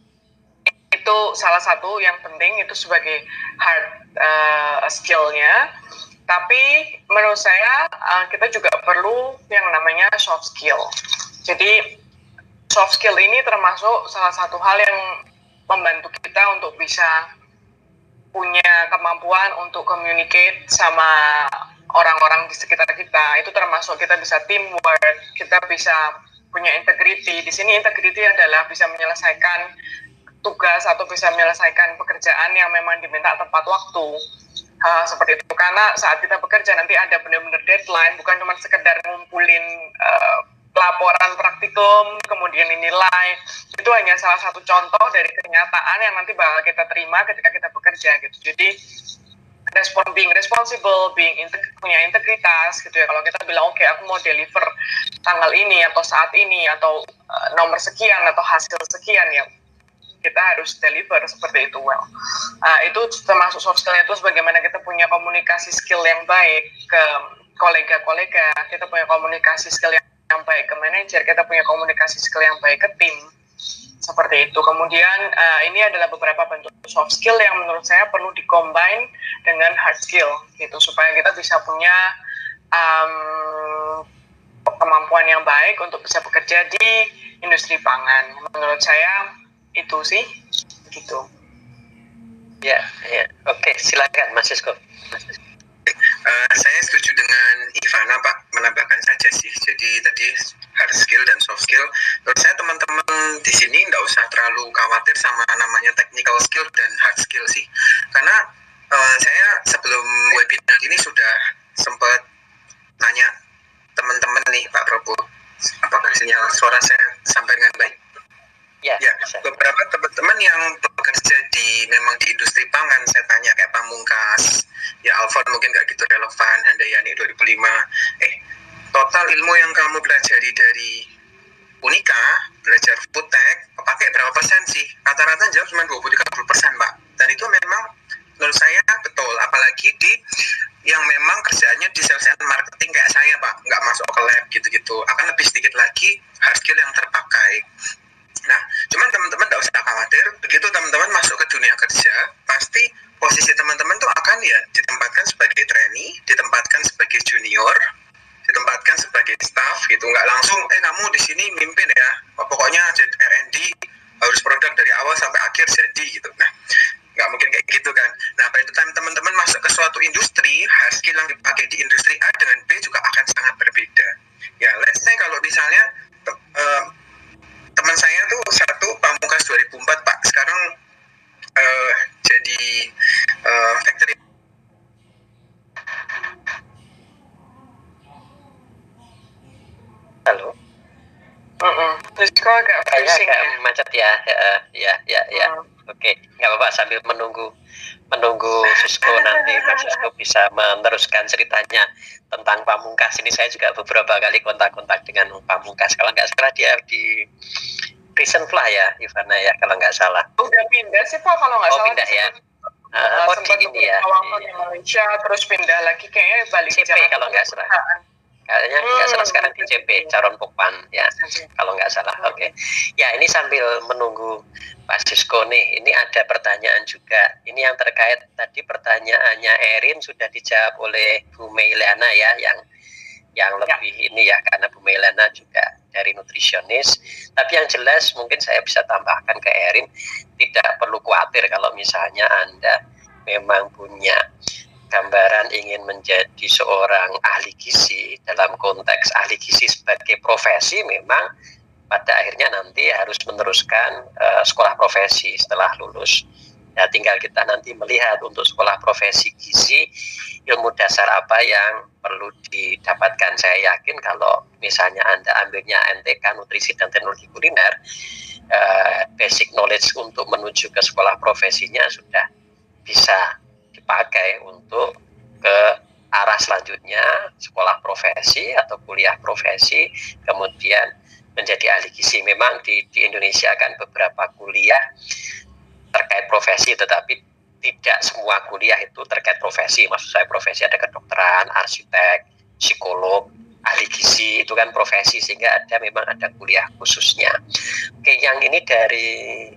Itu salah satu yang penting, itu sebagai hard uh, skill-nya. Tapi menurut saya uh, kita juga perlu yang namanya soft skill. Jadi soft skill ini termasuk salah satu hal yang membantu kita untuk bisa punya kemampuan untuk communicate sama orang-orang di sekitar kita. Itu termasuk kita bisa teamwork, kita bisa punya integrity. Di sini integrity adalah bisa menyelesaikan tugas atau bisa menyelesaikan pekerjaan yang memang diminta tepat waktu. Uh, seperti itu, karena saat kita bekerja nanti ada benar-benar deadline, bukan cuma sekedar ngumpulin uh, laporan praktikum, kemudian nilai. Itu hanya salah satu contoh dari kenyataan yang nanti bakal kita terima ketika kita bekerja gitu. Jadi respon being responsible, being integ- punya integritas gitu ya. Kalau kita bilang oke, okay, aku mau deliver tanggal ini atau saat ini atau uh, nomor sekian atau hasil sekian, ya kita harus deliver seperti itu. Well, uh, itu termasuk soft skill. Itu bagaimana kita punya komunikasi skill yang baik ke kolega-kolega, kita punya komunikasi skill yang, yang baik ke manajer, kita punya komunikasi skill yang baik ke tim, seperti itu. Kemudian uh, ini adalah beberapa bentuk soft skill yang menurut saya perlu di-combine dengan hard skill gitu, supaya kita bisa punya um, kemampuan yang baik untuk bisa bekerja di industri pangan. Menurut saya itu sih gitu. Ya, ya. Oke, silakan Mas Sisko. Uh, saya setuju dengan Ivana, Pak, menambahkan saja sih. Jadi tadi hard skill dan soft skill. Menurut saya teman-teman di sini nggak usah terlalu khawatir sama namanya technical skill dan hard skill sih. Karena uh, saya sebelum webinar ini sudah sempat nanya teman-teman nih, Pak Probo, apakah sinyal suara saya sampai dengan baik? Ya, ya, beberapa teman-teman yang bekerja di memang di industri pangan, saya tanya kayak Pamungkas, ya Alfon mungkin nggak gitu relevan, Handayani dua ribu lima, eh total ilmu yang kamu pelajari dari Unika, belajar food tech, pakai berapa persen sih? Rata-rata jawab cuma dua puluh sampai tiga puluh persen, Pak. Dan itu memang menurut saya betul, apalagi di yang memang kerjaannya di sales and marketing kayak saya, Pak, nggak masuk ke lab gitu-gitu, akan lebih sedikit lagi hard skill yang terpakai. Nah, cuman teman-teman nggak usah khawatir, begitu teman-teman masuk ke dunia kerja, pasti posisi teman-teman tuh akan ya ditempatkan sebagai trainee, ditempatkan sebagai junior, ditempatkan sebagai staff gitu, nggak langsung, eh kamu di sini mimpin ya, pokoknya R and D harus produk dari awal sampai akhir jadi gitu. Nah, nggak mungkin kayak gitu kan. Nah, pada itu teman-teman masuk ke suatu industri, hard skill yang dipakai di industri A dengan B juga akan sangat berbeda. Ya, let's say kalau misalnya uh, teman saya tuh satu Pamungkas dua ribu empat, Pak, sekarang uh, jadi uh, factory. Halo. Uh-uh. Terus kok agak Kayaknya agak ya? macet ya, ya, ya, ya. ya. Uh. Oke, nggak apa-apa, sambil menunggu menunggu Sisko nanti Mas Sisko bisa meneruskan ceritanya tentang Pamungkas. Ini saya juga beberapa kali kontak-kontak dengan Pamungkas. Kalau nggak salah dia di Recent Fly ya, Ivana ya, kalau nggak salah. Udah pindah sih, Pak, kalau nggak oh, salah. Oh, pindah ya. Uh, oh, di ini ya. Di Malaysia, terus pindah lagi kayaknya balik C P kalau nggak salah. Kayaknya nggak hmm. salah sekarang di C P, Caron Pokpan ya, kalau nggak salah. Oke, okay. Ya ini sambil menunggu Pak Sisko nih, ini ada pertanyaan juga. Ini yang terkait tadi pertanyaannya Erin sudah dijawab oleh Bu Meilana ya, yang yang lebih ya. Ini ya, karena Bu Meilana juga dari nutrisionis. Tapi yang jelas mungkin saya bisa tambahkan ke Erin, tidak perlu khawatir kalau misalnya Anda memang punya gambaran ingin menjadi seorang ahli gizi dalam konteks ahli gizi sebagai profesi, memang pada akhirnya nanti harus meneruskan uh, sekolah profesi setelah lulus. Ya, tinggal kita nanti melihat untuk sekolah profesi gizi ilmu dasar apa yang perlu didapatkan. Saya yakin kalau misalnya Anda ambilnya N T K Nutrisi dan Teknologi Kuliner, uh, basic knowledge untuk menuju ke sekolah profesinya sudah bisa dipakai untuk ke arah selanjutnya sekolah profesi atau kuliah profesi, kemudian menjadi ahli gizi. Memang di, di Indonesia kan beberapa kuliah terkait profesi, tetapi tidak semua kuliah itu terkait profesi. Maksud saya profesi ada kedokteran, arsitek, psikolog, ahli gizi, itu kan profesi, sehingga ada memang ada kuliah khususnya. Oke, yang ini dari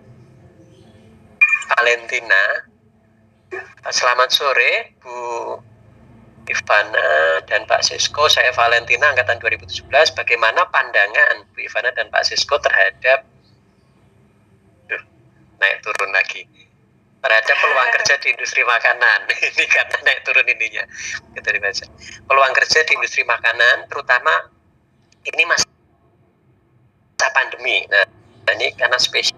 Valentina. Selamat sore Bu Ivana dan Pak Sisko. Saya Valentina, angkatan dua ribu tujuh belas. Bagaimana pandangan Bu Ivana dan Pak Sisko terhadap Duh, naik turun lagi terhadap peluang kerja di industri makanan? Ini karena naik turun ininya. Kita dibaca. Peluang kerja di industri makanan, terutama ini masa pandemi. Nah, ini karena spesial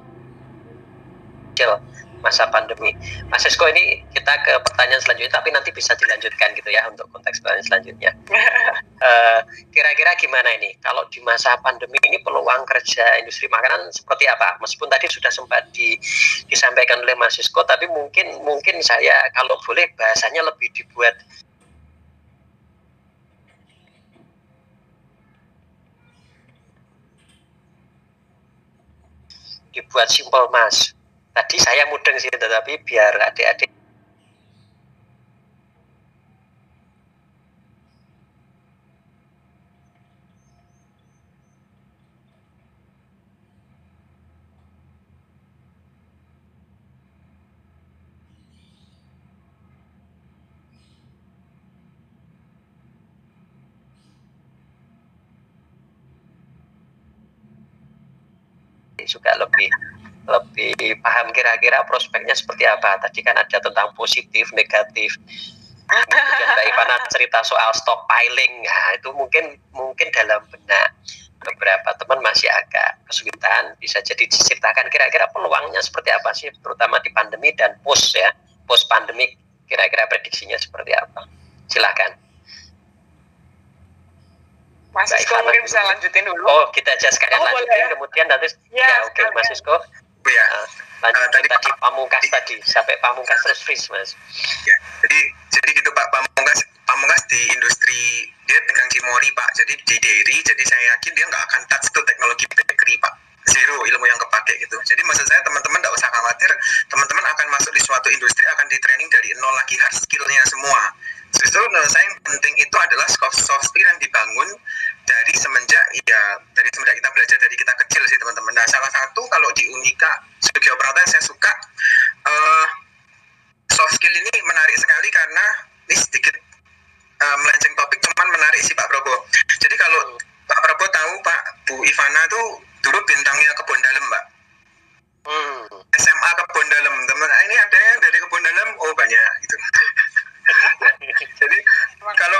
masa pandemi. Mas Sisko, ini kita ke pertanyaan selanjutnya, tapi nanti bisa dilanjutkan gitu ya untuk konteks pertanyaan selanjutnya. uh, Kira-kira gimana ini kalau di masa pandemi ini peluang kerja industri makanan seperti apa? Meskipun tadi sudah sempat di, disampaikan oleh Mas Sisko, tapi mungkin mungkin saya kalau boleh bahasanya lebih dibuat dibuat simpel, Mas. Tadi saya mudeng sih, tetapi biar adik-adik juga lebih lebih paham kira-kira prospeknya seperti apa. Tadi kan ada tentang positif, negatif. Kemudian Mbak Ivana cerita soal stockpiling. Nah, itu mungkin mungkin dalam benak beberapa teman masih agak kesulitan. Bisa jadi diceritakan kira-kira peluangnya seperti apa sih, terutama di pandemi dan post ya, post pandemik. Kira-kira prediksinya seperti apa? Silakan. Mas Sisko mungkin bisa lanjutin dulu. Oh, kita aja sekalian oh, lanjutin, boleh, ya? Kemudian nanti ya, ya oke, okay, Mas Sisko. Ya, uh, lanjut uh, tadi, tadi Pamungkas tadi sampai Pamungkas terus freeze, Mas. Ya, jadi jadi gitu Pak, Pamungkas Pamungkas di industri dia pegang Cimori Pak, jadi di dairy, jadi saya yakin dia nggak akan touch tuh teknologi bakery Pak, zero ilmu yang kepake gitu. Jadi maksud saya teman-teman nggak usah khawatir, teman-teman akan masuk di suatu industri akan di training dari nol lagi hard skillnya semua. Justru menurut saya yang penting itu adalah soft soft skill yang dibangun dari semenjak ya dari semenjak kita belajar dari kita kecil sih teman-teman. Nah salah satu kalau di Unika Sugio Prata yang saya suka uh, soft skill ini menarik sekali karena ini sedikit uh, melenceng topik, cuman menarik sih Pak Prabowo. Jadi kalau Pak Prabowo tahu Pak Bu Ivana tuh dulu bintangnya Kebon Dalem Mbak. Hmm. S M A Kebon Dalem teman. Ini ada yang dari Kebon Dalem, oh banyak gitu. Jadi kalau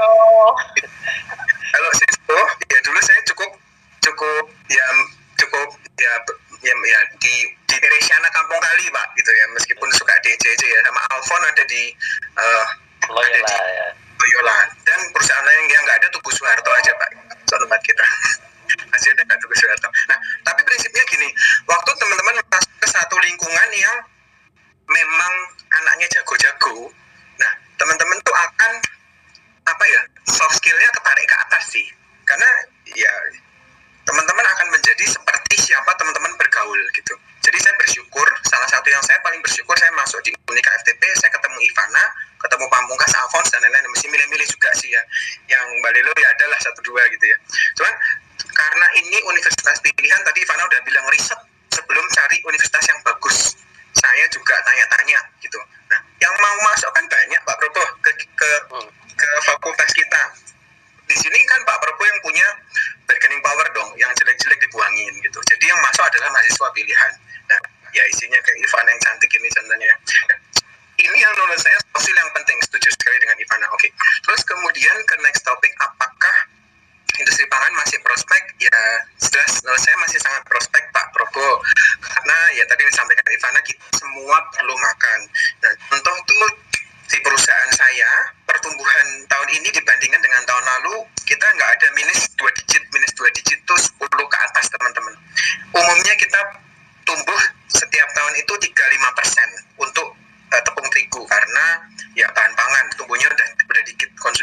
kalau Sisko ya dulu saya cukup cukup ya cukup ya ya, ya di di Teresiana Kampung Kali Pak gitu ya, meskipun suka D J J ya, sama Alfon ada di uh, Loyola, ada di ya. Loyola, dan perusahaan lain yang nggak ada Tugu Soeharto aja Pak, so tempat kita masih ada nggak Tugu Soeharto. Nah tapi prinsipnya gini, waktu teman-teman masuk ke satu lingkungan yang memang anaknya jago-jago, nah teman-teman tuh akan apa ya, soft skillnya ketarik ke atas sih, karena ya teman-teman akan menjadi seperti siapa teman-teman bergaul gitu. Jadi saya bersyukur, salah satu yang saya paling bersyukur, saya masuk di Unika F T P, saya ketemu Ivana, ketemu Pamungkas, Alphonse, dan lain-lain. Mesti milih-milih juga sih ya, yang Mbak Lelo ya adalah satu dua gitu ya. Cuman karena ini universitas pilihan, tadi Ivana udah bilang riset sebelum cari universitas yang bagus. Saya juga tanya-tanya gitu. Nah, yang mau masuk kan banyak Pak Prabowo ke ke, ke fakultas kita. Di sini kan Pak Prabowo yang punya bargaining power dong, yang jelek-jelek dibuangin gitu. Jadi yang masuk adalah mahasiswa pilihan. Nah, ya isinya kayak Ivana yang cantik ini contohnya. Nah, ini yang menurut saya sosial yang penting, setuju sekali dengan Ivana. Oke. Terus kemudian ke next topic, apakah industri pangan masih prospek? Ya, jelas menurut saya masih sangat prospek Pak Prabowo. Karena ya tadi disampaikan Ivana, kita semua perlu makan. Nah, contoh tuh di perusahaan saya, pertumbuhan tahun ini dibandingkan dengan tahun lalu, kita nggak ada minus dua digit, minus dua digit itu sepuluh ke atas teman-teman. Umumnya kita tumbuh setiap tahun itu tiga sampai lima persen untuk uh, tepung terigu, karena ya bahan pangan tumbuhnya udah, udah dikit,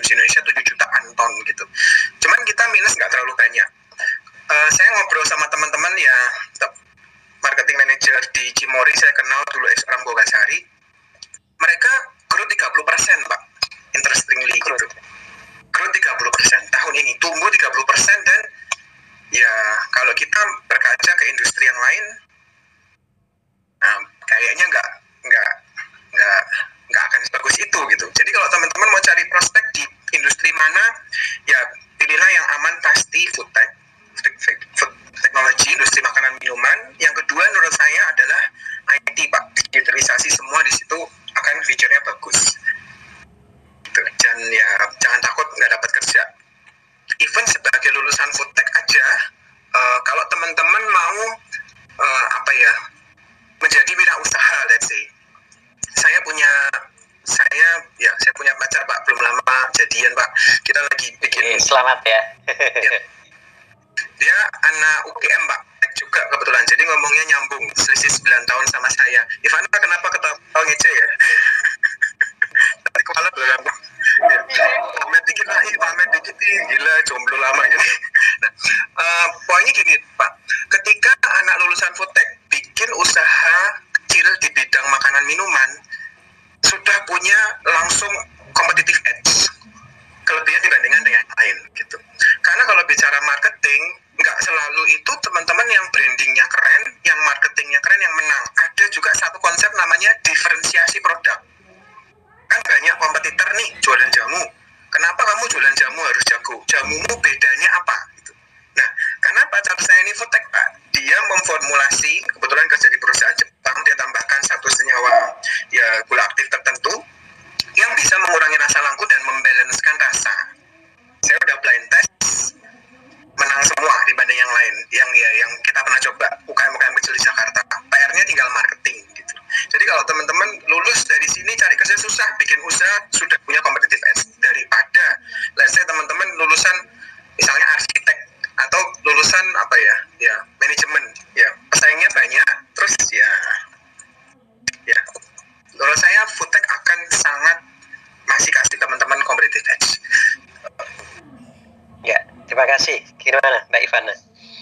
saya ngobrol sama teman-teman ya, marketing manager di Cimory saya kenal dulu ex orang Bogasari. Mereka growth tiga puluh persen Pak, interestingly gitu. Growth tiga puluh persen tahun ini, tumbuh tiga puluh persen, dan ya kalau kita berkaca ke industri yang lain, nah, kayaknya nggak nggak nggak nggak akan sebagus itu gitu. Jadi kalau teman-teman mau cari prospek di industri mana, ya pilihlah yang aman pasti food tech, food technology, industri makanan minuman. Yang kedua menurut saya adalah I T Pak, digitalisasi semua di situ akan feature-nya bagus. Gitu. Dan ya jangan takut nggak dapat kerja. Even sebagai lulusan food tech aja, uh, kalau teman-teman mau uh, apa ya menjadi wirausaha, let's say, saya punya saya ya saya punya pacar Pak, belum lama jadian Pak, kita lagi bikin. Selamat ya. Ya. Dia anak U G M Pak, juga kebetulan, jadi ngomongnya nyambung, selisih sembilan tahun sama saya. Ivana kenapa ketawa ngece ya? Tadi kepala belakang. Pamer dikit lah, pamer dikit nih, gila jomblo lama ini. Nah, uh, poinnya gini Pak, ketika anak lulusan food tech bikin usaha kecil di bidang makanan minuman, sudah punya langsung competitive edge, kelebihan dibandingkan dengan yang lain gitu. Karena kalau bicara marketing, nggak selalu itu teman-teman yang brandingnya keren, yang marketingnya keren yang menang. Ada juga satu konsep namanya diferensiasi produk. Kan banyak kompetitor nih jualan jamu. Kenapa kamu jualan jamu harus jago? Jamumu bedanya apa? Gitu. Nah, karena pacar saya ini food tech Pak, dia memformulasi, kebetulan kerja di perusahaan Jepang, dia tambahkan satu senyawa ya gula aktif tertentu yang bisa mengurangi rasa langku dan membalancekan rasa. Saya udah blind test, menang semua dibanding yang lain, yang ya yang kita pernah coba U K M U K M kecil di Jakarta. P R-nya tinggal marketing gitu. Jadi kalau teman-teman lulus dari sini cari kerja susah, bikin usaha sudah punya competitive edge daripada let's say teman-teman lulusan misalnya arsitek atau lulusan apa ya, ya manajemen, ya pesaingnya banyak, terus ya ya menurut saya food tech akan sangat masih kasih teman-teman competitive edge. Ya, terima kasih. Gimana Mbak Ivana?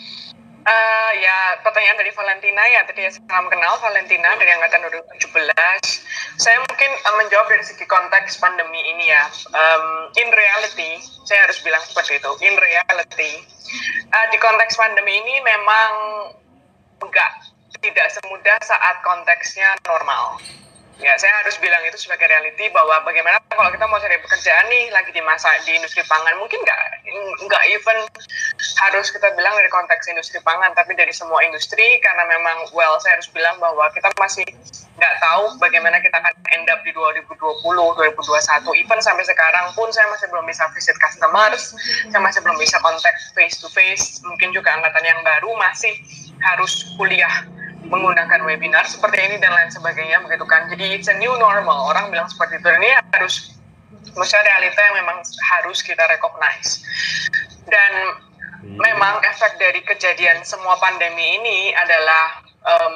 Uh, ya, pertanyaan dari Valentina ya, tadi ya salam kenal Valentina dari angkatan dua ribu tujuh belas. Saya mungkin uh, menjawab dari segi konteks pandemi ini ya. Um, in reality, saya harus bilang seperti itu. In reality, uh, di konteks pandemi ini memang enggak, tidak semudah saat konteksnya normal. Ya, saya harus bilang itu sebagai reality bahwa bagaimana kalau kita mau cari pekerjaan nih lagi di masa di industri pangan, mungkin nggak nggak even harus kita bilang dari konteks industri pangan, tapi dari semua industri, karena memang well saya harus bilang bahwa kita masih nggak tahu bagaimana kita akan end up di dua ribu dua puluh, dua ribu dua puluh satu. Even sampai sekarang pun saya masih belum bisa visit customers, saya masih belum bisa kontak face to face. Mungkin juga angkatan yang baru masih harus kuliah menggunakan webinar seperti ini dan lain sebagainya, begitu kan. Jadi it's a new normal, orang bilang seperti itu. Ini harus, maksudnya realita yang memang harus kita recognize. Dan memang efek dari kejadian semua pandemi ini adalah um,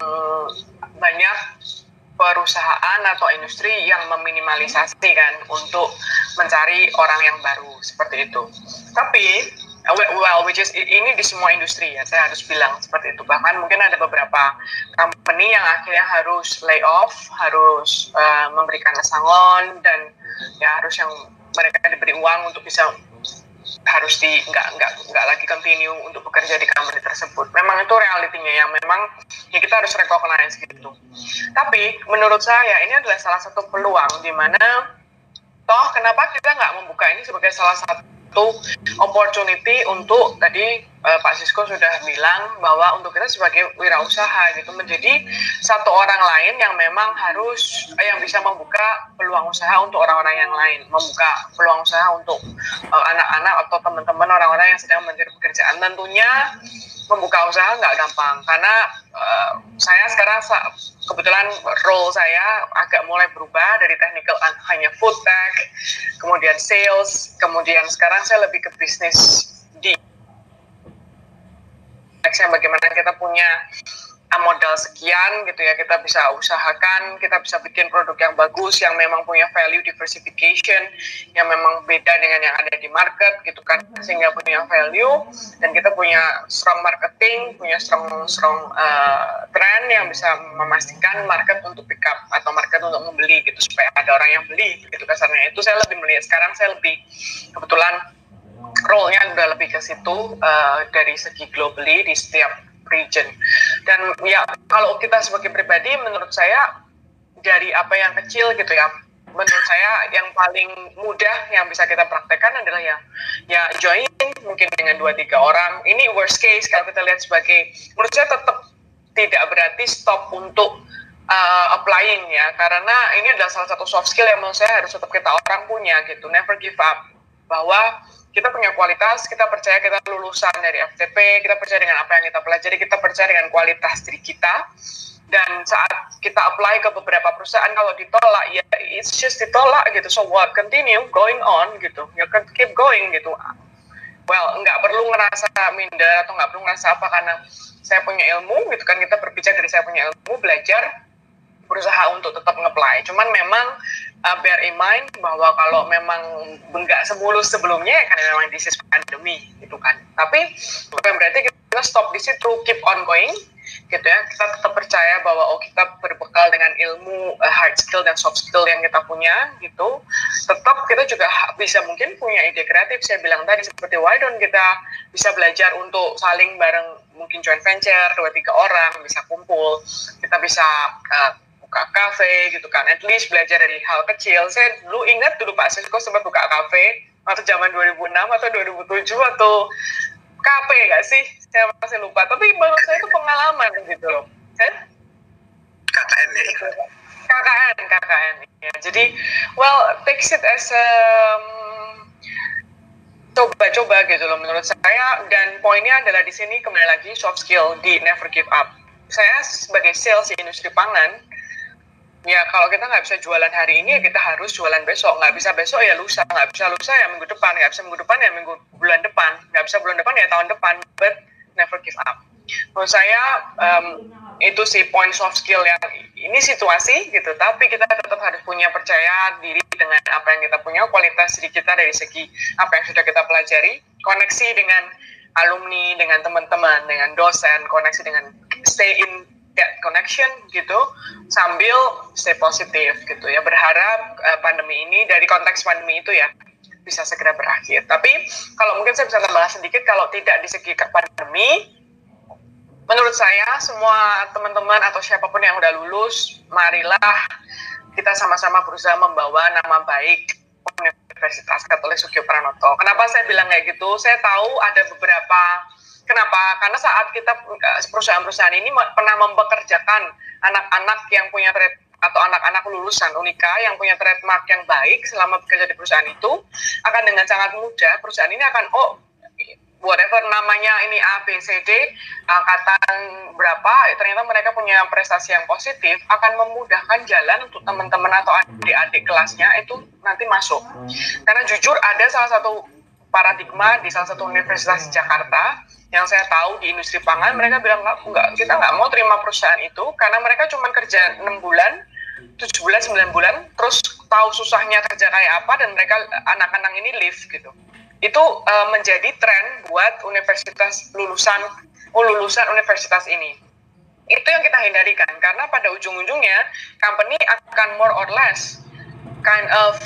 banyak perusahaan atau industri yang meminimalisasi kan untuk mencari orang yang baru seperti itu. Tapi well, which is ini di semua industri ya, saya harus bilang seperti itu. Bahkan mungkin ada beberapa company yang akhirnya harus lay off, harus uh, memberikan pesangon, dan ya harus yang mereka diberi uang untuk bisa harus di nggak nggak nggak lagi continue untuk bekerja di company tersebut. Memang itu realitinya yang memang ya kita harus recognize gitu. Tapi menurut saya ini adalah salah satu peluang di mana toh kenapa kita nggak membuka ini sebagai salah satu opportunity untuk tadi uh, Pak Sisko sudah bilang bahwa untuk kita sebagai wirausaha gitu menjadi satu orang lain yang memang harus eh, yang bisa membuka peluang usaha untuk orang-orang yang lain, membuka peluang usaha untuk uh, anak-anak atau teman-teman orang-orang yang sedang mencari pekerjaan. Tentunya membuka usaha nggak gampang karena uh, saya sekarang kebetulan role saya agak mulai berubah dari technical hanya food tech, kemudian sales, kemudian sekarang saya lebih ke bisnis di bagaimana kita punya modal sekian gitu ya, kita bisa usahakan, kita bisa bikin produk yang bagus, yang memang punya value diversification, yang memang beda dengan yang ada di market gitu kan, sehingga punya value, dan kita punya strong marketing, punya strong strong uh, trend yang bisa memastikan market untuk pick up atau market untuk membeli gitu, supaya ada orang yang beli gitu kasarnya. Itu saya lebih melihat, sekarang saya lebih kebetulan role-nya udah lebih ke situ, uh, dari segi globally di setiap region. Dan ya kalau kita sebagai pribadi, menurut saya dari apa yang kecil gitu ya, menurut saya yang paling mudah yang bisa kita praktekkan adalah ya ya join mungkin dengan dua tiga orang. Ini worst case kalau kita lihat sebagai, menurut saya tetap tidak berarti stop untuk uh, applying ya, karena ini adalah salah satu soft skill yang menurut saya harus tetap kita orang punya gitu, never give up, bahwa kita punya kualitas, kita percaya kita lulusan dari F T P, kita percaya dengan apa yang kita pelajari, kita percaya dengan kualitas diri kita, dan saat kita apply ke beberapa perusahaan, kalau ditolak, ya it's just ditolak gitu, so what, continue, going on gitu, ya keep going gitu. Well, nggak perlu ngerasa minder atau nggak perlu ngerasa apa, karena saya punya ilmu gitu kan, kita berbicara dari saya punya ilmu, belajar, berusaha untuk tetap nge-apply. Cuman memang uh, bear in mind bahwa kalau memang nggak semulus sebelumnya ya karena memang this is pandemi gitu kan. Tapi bukan berarti kita stop di situ, keep on going gitu ya. Kita tetap percaya bahwa oh kita berbekal dengan ilmu uh, hard skill dan soft skill yang kita punya gitu. Tetap kita juga bisa mungkin punya ide kreatif, saya bilang tadi, seperti why don't kita bisa belajar untuk saling bareng, mungkin joint venture dua tiga orang bisa kumpul, kita bisa uh, buka kafe gitu kan, at least belajar dari hal kecil. Saya dulu ingat dulu Pak Sisko sempat buka kafe waktu zaman dua ribu enam atau dua ribu tujuh atau K P nggak sih, saya masih lupa, tapi menurut saya itu pengalaman gitu loh. Saya K K N ya? K K N, K K N ya. Jadi well, takes it as a um, coba-coba gitu loh menurut saya. Dan poinnya adalah di sini kembali lagi soft skill, di never give up. Saya sebagai sales di industri pangan, ya kalau kita nggak bisa jualan hari ini, ya kita harus jualan besok. Nggak bisa besok ya lusa, nggak bisa lusa ya minggu depan, nggak bisa minggu depan ya minggu bulan depan, nggak bisa bulan depan ya tahun depan. But never give up. Menurut saya um, itu sih point soft skill yang ini situasi gitu. Tapi kita tetap harus punya percaya diri dengan apa yang kita punya, kualitas diri kita dari segi apa yang sudah kita pelajari, koneksi dengan alumni, dengan teman-teman, dengan dosen, koneksi dengan stay in that connection gitu, sambil stay positif gitu ya, berharap uh, pandemi ini, dari konteks pandemi itu ya bisa segera berakhir. Tapi kalau mungkin saya bisa tambah sedikit, kalau tidak di segi pandemi, menurut saya semua teman-teman atau siapapun yang udah lulus, marilah kita sama-sama berusaha membawa nama baik Universitas Katolik Sugio Pranoto. Kenapa saya bilang kayak gitu? Saya tahu ada beberapa. Kenapa? Karena saat kita, perusahaan-perusahaan ini pernah mempekerjakan anak-anak yang punya trade, atau anak-anak lulusan Unika yang punya trademark yang baik selama bekerja di perusahaan itu, akan dengan sangat mudah perusahaan ini akan, oh whatever namanya ini A, B, C, D, angkatan berapa, ternyata mereka punya prestasi yang positif, akan memudahkan jalan untuk teman-teman atau adik-adik kelasnya itu nanti masuk. Karena jujur ada salah satu paradigma di salah satu universitas di Jakarta yang saya tahu di industri pangan, mereka bilang enggak, kita nggak mau terima perusahaan itu karena mereka cuma kerja enam bulan, tujuh bulan, sembilan bulan, terus tahu susahnya kerja kayak apa, dan mereka anak-anak ini leave gitu. Itu uh, menjadi tren buat universitas lulusan lulusan universitas ini. Itu yang kita hindarikan, karena pada ujung-ujungnya company akan more or less kind of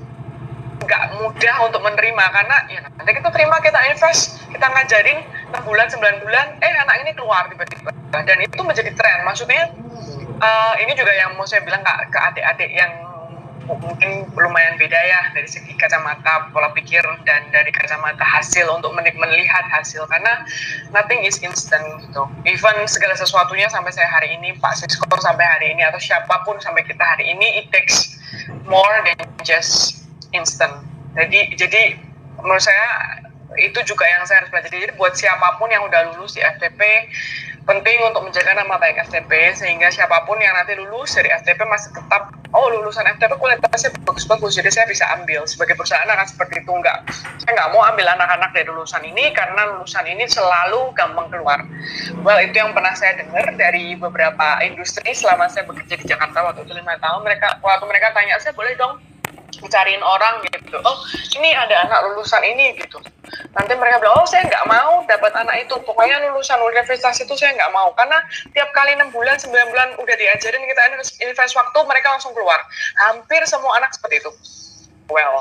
nggak mudah untuk menerima, karena ya nanti kita terima, kita invest, kita ngajarin enam bulan, sembilan bulan, eh anak ini keluar tiba-tiba, dan itu menjadi tren. Maksudnya uh, ini juga yang mau saya bilang ke, ke adik-adik yang mungkin lumayan beda ya dari segi kacamata pola pikir dan dari kacamata hasil, untuk melihat hasil, karena nothing is instant gitu. Even segala sesuatunya sampai saya hari ini, Pak Sisko sampai hari ini, atau siapapun sampai kita hari ini, it takes more than just instant. Jadi jadi menurut saya itu juga yang saya harus pelajari. Jadi buat siapapun yang udah lulus di F T P, penting untuk menjaga nama baik F T P sehingga siapapun yang nanti lulus dari F T P masih tetap oh lulusan F T P kualitasnya bagus-bagus jadi saya bisa ambil. Sebagai perusahaan akan seperti itu, enggak, saya nggak mau ambil anak-anak dari lulusan ini karena lulusan ini selalu gampang keluar. Well, itu yang pernah saya dengar dari beberapa industri selama saya bekerja di Jakarta waktu itu lima tahun. Mereka waktu mereka tanya saya boleh dong dicariin orang gitu, oh ini ada anak lulusan ini gitu, nanti mereka bilang oh saya nggak mau dapat anak itu, pokoknya lulusan universitas itu saya nggak mau, karena tiap kali enam bulan sembilan bulan udah diajarin kita invest waktu, mereka langsung keluar. Hampir semua anak seperti itu. Well,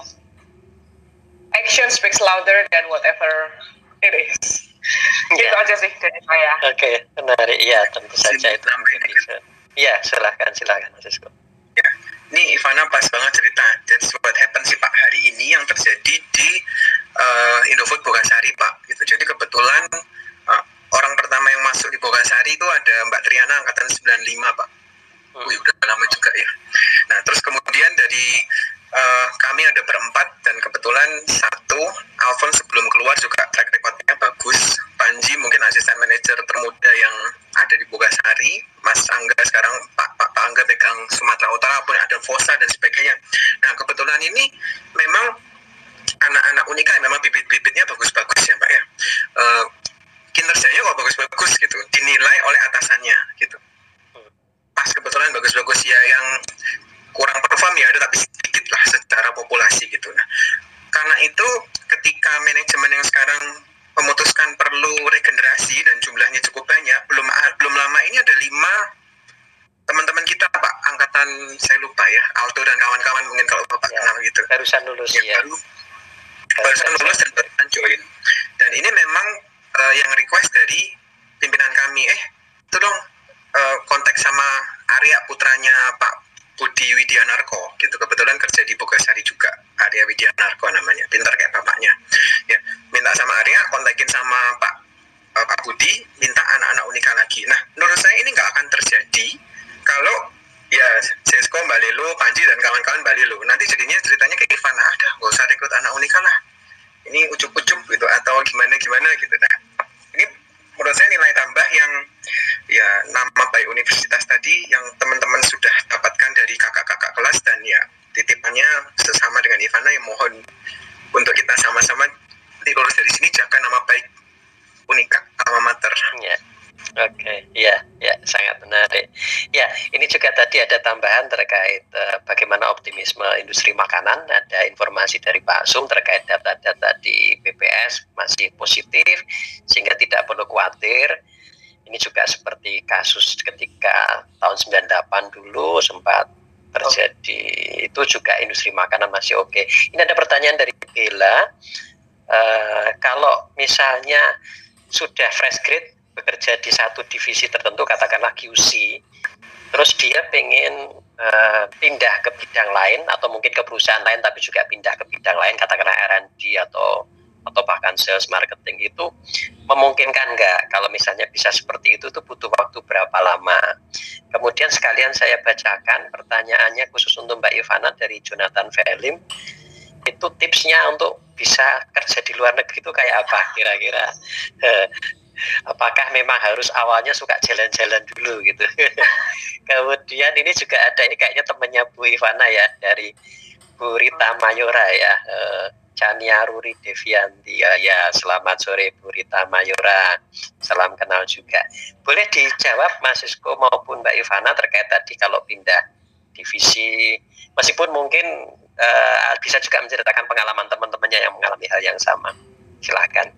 action speaks louder than whatever it is. Gitu Ya. aja sih dari saya. Oke, menarik. Ya, tentu saja itu mungkin bisa. Ya, silahkan, silahkan, Mas Sisko. Ya, ini Ivana pas banget cerita. That's what happened sih Pak hari ini yang terjadi di uh, Indofood Bogasari Pak. Gitu. Jadi kebetulan uh, orang pertama yang masuk di Bogasari itu ada Mbak Triana angkatan sembilan puluh lima Pak. Hmm. Wih, udah lama juga ya. Nah, terus kemudian dari uh, kami ada berempat dan kebetulan satu Alfon sebelum keluar juga track recordnya bagus. Panji mungkin asisten manajer termuda yang ada di Bogasari. Mas Angga sekarang Pak Pak, Pak Angga pegang Sumatera Utara, pun ada Fosa dan sebagainya. Nah, kebetulan ini memang anak-anak Unika yang memang bibit-bibitnya bagus-bagus ya Pak ya. Uh, kinerjanya kok bagus-bagus gitu, dinilai oleh atasannya gitu. Pas kebetulan bagus-bagus ya, yang kurang perform ya ada tapi sedikit lah secara populasi gitu. Nah, karena itu ketika manajemen yang sekarang memutuskan perlu regenerasi dan jumlahnya cukup banyak, belum belum lama ini ada lima teman-teman kita Pak, angkatan saya lupa ya, Aldo dan kawan-kawan mungkin kalau Bapak Ya, kenal gitu. barusan lulus Ya, ya. baru barusan lulus dan barusan join. Dan ini memang uh, yang request dari pimpinan kami, eh itu dong uh, kontak sama Arya putranya Pak Budi Widianarko gitu, kebetulan kerja di Bogasari juga, Arya Widianarko namanya, pintar kayak bapaknya ya. Minta sama Arya kontakin sama Pak uh, Pak Budi, minta anak-anak Unika lagi. Nah, menurut saya ini nggak akan terjadi kalau ya Sisko, Mbak Lelo, Panji dan kawan-kawan Mbak Lelo. Nanti jadinya ceritanya kayak Ivana, ada nggak usah rekrut anak Unika lah, ini ucup-ucup gitu atau gimana-gimana gitu. Nah, ini menurut saya nilai tambah yang ya nama baik universitas tadi yang teman-teman sudah dapatkan dari kakak-kakak kelas, dan ya titipannya sesama dengan Ivana yang mohon untuk kita sama-sama nanti lulus dari sini jaga nama baik Unika alma mater. Ya. Oke, ya, ya, sangat menarik. Ya, ini juga tadi ada tambahan terkait uh, bagaimana optimisme industri makanan. Ada informasi dari Pak Sung terkait data-data di B P S masih positif, sehingga tidak perlu khawatir. Ini juga seperti kasus ketika tahun sembilan puluh delapan dulu sempat terjadi, itu juga industri makanan masih oke. Ini ada pertanyaan dari Bella, uh, kalau misalnya sudah fresh grade bekerja di satu divisi tertentu, katakanlah Q C, terus dia pengen uh, pindah ke bidang lain atau mungkin ke perusahaan lain tapi juga pindah ke bidang lain, katakanlah R and D atau atau bahkan sales marketing, itu memungkinkan nggak? Kalau misalnya bisa seperti itu, itu butuh waktu berapa lama? Kemudian sekalian saya bacakan pertanyaannya khusus untuk Mbak Ivana dari Jonathan Velim. Itu tipsnya untuk bisa kerja di luar negeri itu kayak apa kira-kira? Apakah memang harus awalnya suka jalan-jalan dulu gitu? Kemudian ini juga ada, ini kayaknya temannya Bu Ivana ya, dari Bu Rita Mayora ya, eh, Chania Ruri Devianti ya, ya. Selamat sore Bu Rita Mayora, salam kenal juga. Boleh dijawab Mas Sisko maupun Mbak Ivana terkait tadi kalau pindah divisi, meskipun mungkin eh, bisa juga menceritakan pengalaman teman-temannya yang mengalami hal yang sama. Silakan.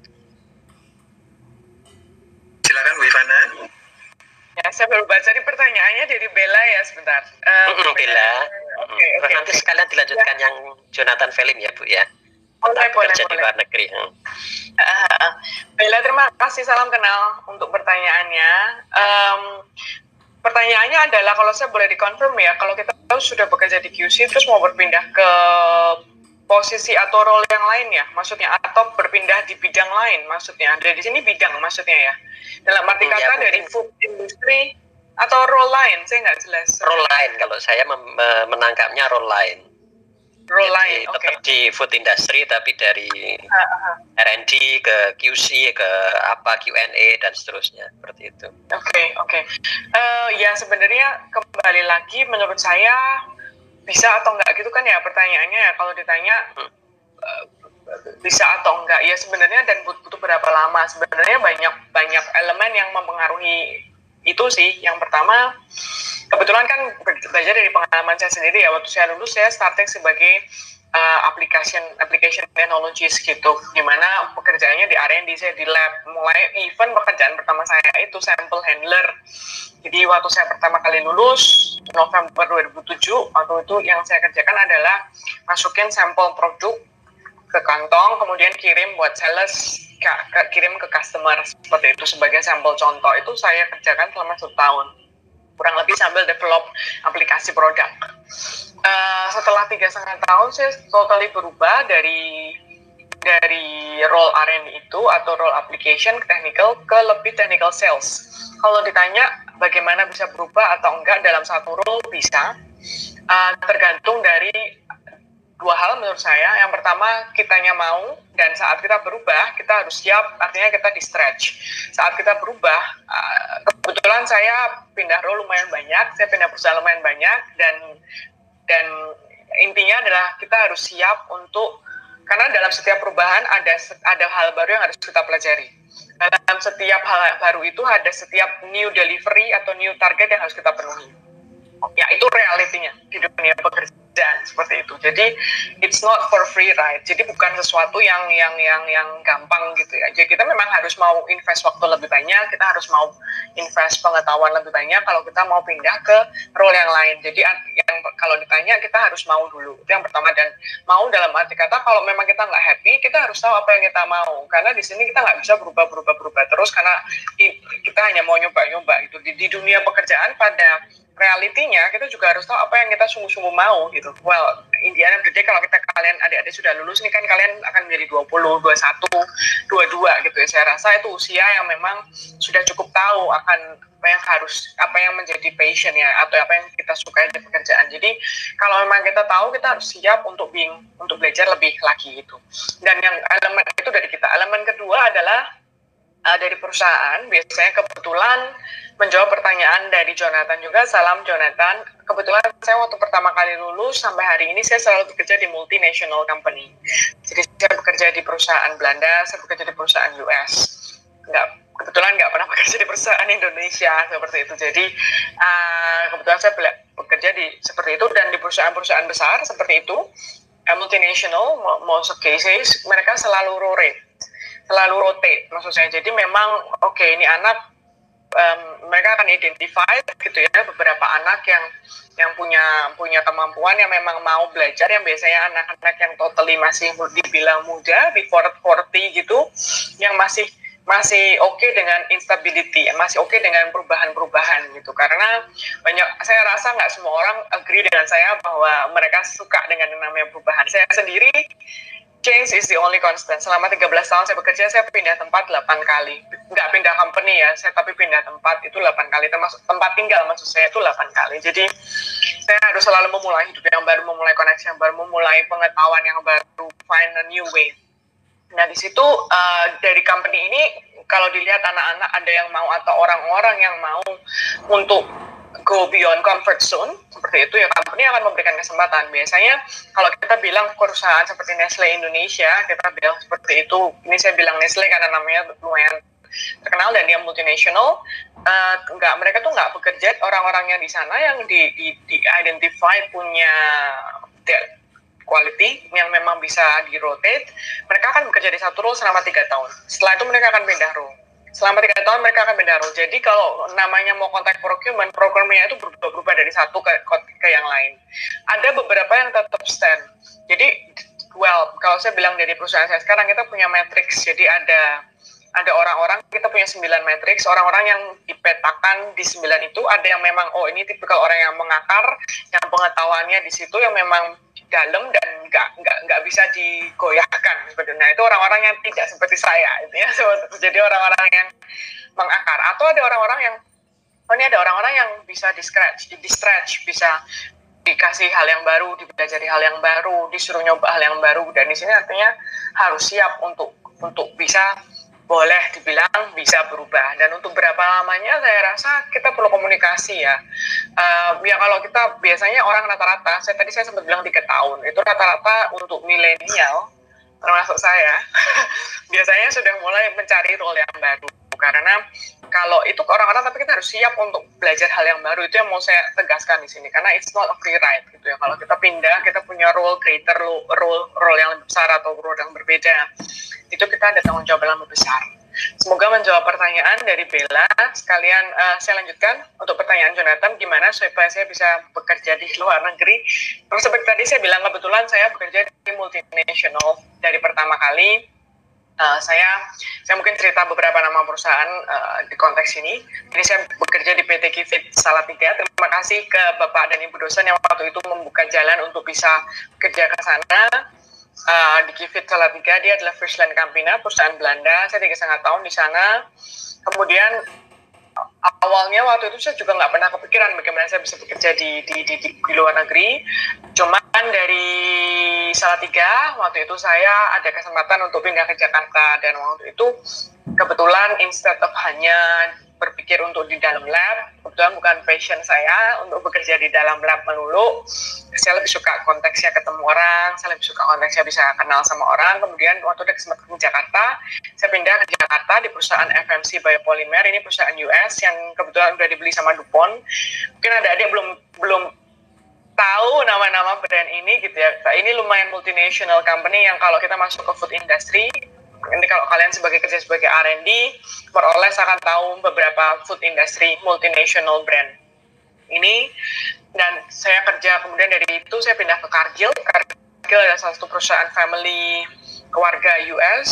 Silakan Bu Ivana. Ya, saya baru baca di pertanyaannya dari Bella ya, sebentar. Uh, Mm-mm, Bella. Oke, okay, Terus okay, nanti okay. sekalian dilanjutkan ya. Yang Jonathan Velim ya Bu ya. Boleh, boleh, kerja boleh. di luar negeri. Hmm. Uh, Bella, terima kasih, salam kenal untuk pertanyaannya. Um, pertanyaannya adalah kalau saya boleh dikonfirm ya, kalau kita tahu sudah bekerja di Q C terus mau berpindah ke posisi atau role yang lain ya, maksudnya, atau berpindah di bidang lain maksudnya. Dari di sini bidang maksudnya ya. Dalam arti Hmm, kata ya, dari food industry atau role lain, saya nggak jelas. Role lain, kalau saya mem- menangkapnya role lain. role Jadi lain, oke. tetap di food industry tapi dari Uh-huh. R and D ke Q C ke apa Q and A dan seterusnya seperti itu. Oke, okay, oke. Okay. Uh, ya sebenarnya kembali lagi menurut saya bisa atau enggak gitu kan ya pertanyaannya ya. Kalau ditanya hmm. uh, bisa atau enggak ya sebenarnya dan butuh berapa lama, sebenarnya banyak banyak elemen yang mempengaruhi itu sih. Yang pertama, kebetulan kan belajar dari pengalaman saya sendiri ya, waktu saya lulus saya starting sebagai uh, application application technologist gitu, dimana pekerjaannya di R and D, saya di lab, mulai even pekerjaan pertama saya itu sample handler. Jadi waktu saya pertama kali lulus November dua ribu tujuh, waktu itu yang saya kerjakan adalah masukin sampel produk ke kantong, kemudian kirim buat sales, kirim ke customer seperti itu sebagai sampel contoh. Itu saya kerjakan selama satu tahun kurang lebih sambil develop aplikasi produk. Uh, setelah tiga setengah tahun saya totally berubah dari dari role R and D itu atau role application technical ke lebih technical sales. Kalau ditanya bagaimana bisa berubah atau enggak dalam satu role, bisa uh, tergantung dari dua hal menurut saya. Yang pertama, kitanya mau, dan saat kita berubah, kita harus siap, artinya kita di stretch. Saat kita berubah, uh, kebetulan saya pindah role lumayan banyak, saya pindah perusahaan lumayan banyak, dan dan intinya adalah kita harus siap untuk, karena dalam setiap perubahan ada ada hal baru yang harus kita pelajari. Dalam setiap hal baru itu ada setiap new delivery atau new target yang harus kita penuhi. Ya, itu realitinya di dunia pekerjaan seperti itu. Jadi it's not for free ride. Jadi bukan sesuatu yang yang yang yang gampang gitu ya. Jadi kita memang harus mau invest waktu lebih banyak, kita harus mau invest pengetahuan lebih banyak kalau kita mau pindah ke role yang lain. Jadi yang kalau ditanya kita harus mau dulu. Itu yang pertama, dan mau dalam arti kata kalau memang kita nggak happy, kita harus tahu apa yang kita mau. Karena di sini kita nggak bisa berubah-berubah-berubah terus karena kita hanya mau nyoba-nyoba gitu. Di, di dunia pekerjaan pada realitinya kita juga harus tahu apa yang kita sungguh-sungguh mau gitu. Well, in the end of the day, kalau kita kalian adik-adik sudah lulus nih kan, kalian akan menjadi dua puluh, dua puluh satu, dua puluh dua gitu ya. Saya rasa itu usia yang memang sudah cukup tahu akan apa yang harus, apa yang menjadi passion ya, atau apa yang kita sukai di pekerjaan. Jadi kalau memang kita tahu, kita harus siap untuk being, untuk belajar lebih lagi gitu. Dan yang elemen itu dari kita. Elemen kedua adalah uh, dari perusahaan. Biasanya kebetulan menjawab pertanyaan dari Jonathan juga. Salam Jonathan. Kebetulan saya waktu pertama kali lulus sampai hari ini saya selalu bekerja di multinational company. Jadi saya bekerja di perusahaan Belanda, saya bekerja di perusahaan U S. Nggak, kebetulan nggak pernah bekerja di perusahaan Indonesia seperti itu. Jadi uh, kebetulan saya bekerja di seperti itu, dan di perusahaan-perusahaan besar seperti itu, uh, multinational, most cases mereka selalu rotate, selalu rotate maksud saya. Jadi memang oke okay, ini anak Um, mereka akan identify gitu ya beberapa anak yang yang punya punya kemampuan, yang memang mau belajar, yang biasanya anak-anak yang totally masih dibilang muda, before forty gitu, yang masih masih oke okay dengan instability, masih oke okay dengan perubahan-perubahan gitu. Karena banyak, saya rasa nggak semua orang agree dengan saya bahwa mereka suka dengan yang namanya perubahan. Saya sendiri, change is the only constant. Selama tiga belas tahun saya bekerja, saya pindah tempat delapan kali. Nggak pindah company ya, saya tapi pindah tempat itu delapan kali, termasuk tempat tinggal maksud saya itu delapan kali. Jadi saya harus selalu memulai hidup yang baru, memulai koneksi yang baru, memulai pengetahuan yang baru, find a new way. Nah di situ uh, dari company ini, kalau dilihat anak-anak ada yang mau atau orang-orang yang mau untuk go beyond comfort zone, seperti itu ya, company akan memberikan kesempatan. Biasanya kalau kita bilang perusahaan seperti Nestle Indonesia, kita bilang seperti itu, ini saya bilang Nestle karena namanya lumayan terkenal dan dia multinational, uh, enggak, mereka tuh nggak bekerja, orang-orangnya di sana yang di, di, di identify punya quality yang memang bisa di rotate, mereka akan bekerja di satu role selama tiga tahun. Setelah itu mereka akan pindah role. Selama tiga tahun mereka akan pindah role. Jadi kalau namanya mau kontak procurement, procurement itu berubah-ubah dari satu ke, ke yang lain. Ada beberapa yang tetap stand. Jadi, well, kalau saya bilang dari perusahaan saya sekarang, kita punya matrix. Jadi ada ada orang-orang, kita punya sembilan matrix, orang-orang yang dipetakan di sembilan itu, ada yang memang, oh ini tipikal orang yang mengakar, yang pengetahuannya di situ, yang memang dalam dan nggak nggak nggak bisa digoyahkan sebetulnya. Itu orang-orang yang tidak seperti saya, itu ya. Jadi orang-orang yang mengakar. Atau ada orang-orang yang, oh ini ada orang-orang yang bisa di scratch, di stretch, bisa dikasih hal yang baru, dipelajari hal yang baru, disuruh nyoba hal yang baru, dan di sini artinya harus siap untuk untuk bisa, boleh dibilang bisa berubah. Dan untuk berapa lamanya saya rasa kita perlu komunikasi ya. Uh, ya kalau kita biasanya orang rata-rata, saya tadi saya sempat bilang tiga tahun, itu rata-rata untuk milenial, termasuk saya, biasanya sudah mulai mencari role yang baru. Karena kalau itu ke orang-orang, tapi kita harus siap untuk belajar hal yang baru. Itu yang mau saya tegaskan di sini, karena it's not a free ride gitu ya. Kalau kita pindah, kita punya role greater, role role yang lebih besar atau role yang berbeda, itu kita ada tanggung jawab yang lebih besar. Semoga menjawab pertanyaan dari Bella. Sekalian uh, saya lanjutkan untuk pertanyaan Jonathan, gimana supaya saya bisa bekerja di luar negeri. Terus seperti tadi saya bilang, kebetulan saya bekerja di multinational dari pertama kali. Uh, saya saya mungkin cerita beberapa nama perusahaan uh, di konteks ini. Jadi saya bekerja di P T Kifit Salatiga. Terima kasih ke Bapak dan Ibu dosen yang waktu itu membuka jalan untuk bisa kerja ke sana. Uh, di Kifit Salatiga, dia adalah Friesland Campina, perusahaan Belanda. Saya tiga setengah tahun di sana. Kemudian awalnya waktu itu saya juga nggak pernah kepikiran bagaimana saya bisa bekerja di di, di, di, di luar negeri. Cuman dari Salatiga waktu itu saya ada kesempatan untuk pindah ke Jakarta, dan waktu itu kebetulan instead of hanya berpikir untuk di dalam lab, kebetulan bukan passion saya untuk bekerja di dalam lab melulu. Saya lebih suka konteksnya ketemu orang, saya lebih suka konteksnya bisa kenal sama orang. Kemudian waktu ada kesempatan di Jakarta, saya pindah ke Jakarta di perusahaan F M C Biopolymer. Ini perusahaan U S yang kebetulan udah dibeli sama DuPont. Mungkin ada adik belum belum tahu nama-nama brand ini gitu ya. Ini lumayan multinational company yang kalau kita masuk ke food industry, ini kalau kalian sebagai kerja sebagai R and D, peroleh akan tahu beberapa food industry multinational brand ini. Dan saya kerja, kemudian dari itu saya pindah ke Cargill. Cargill adalah salah satu perusahaan family keluarga U S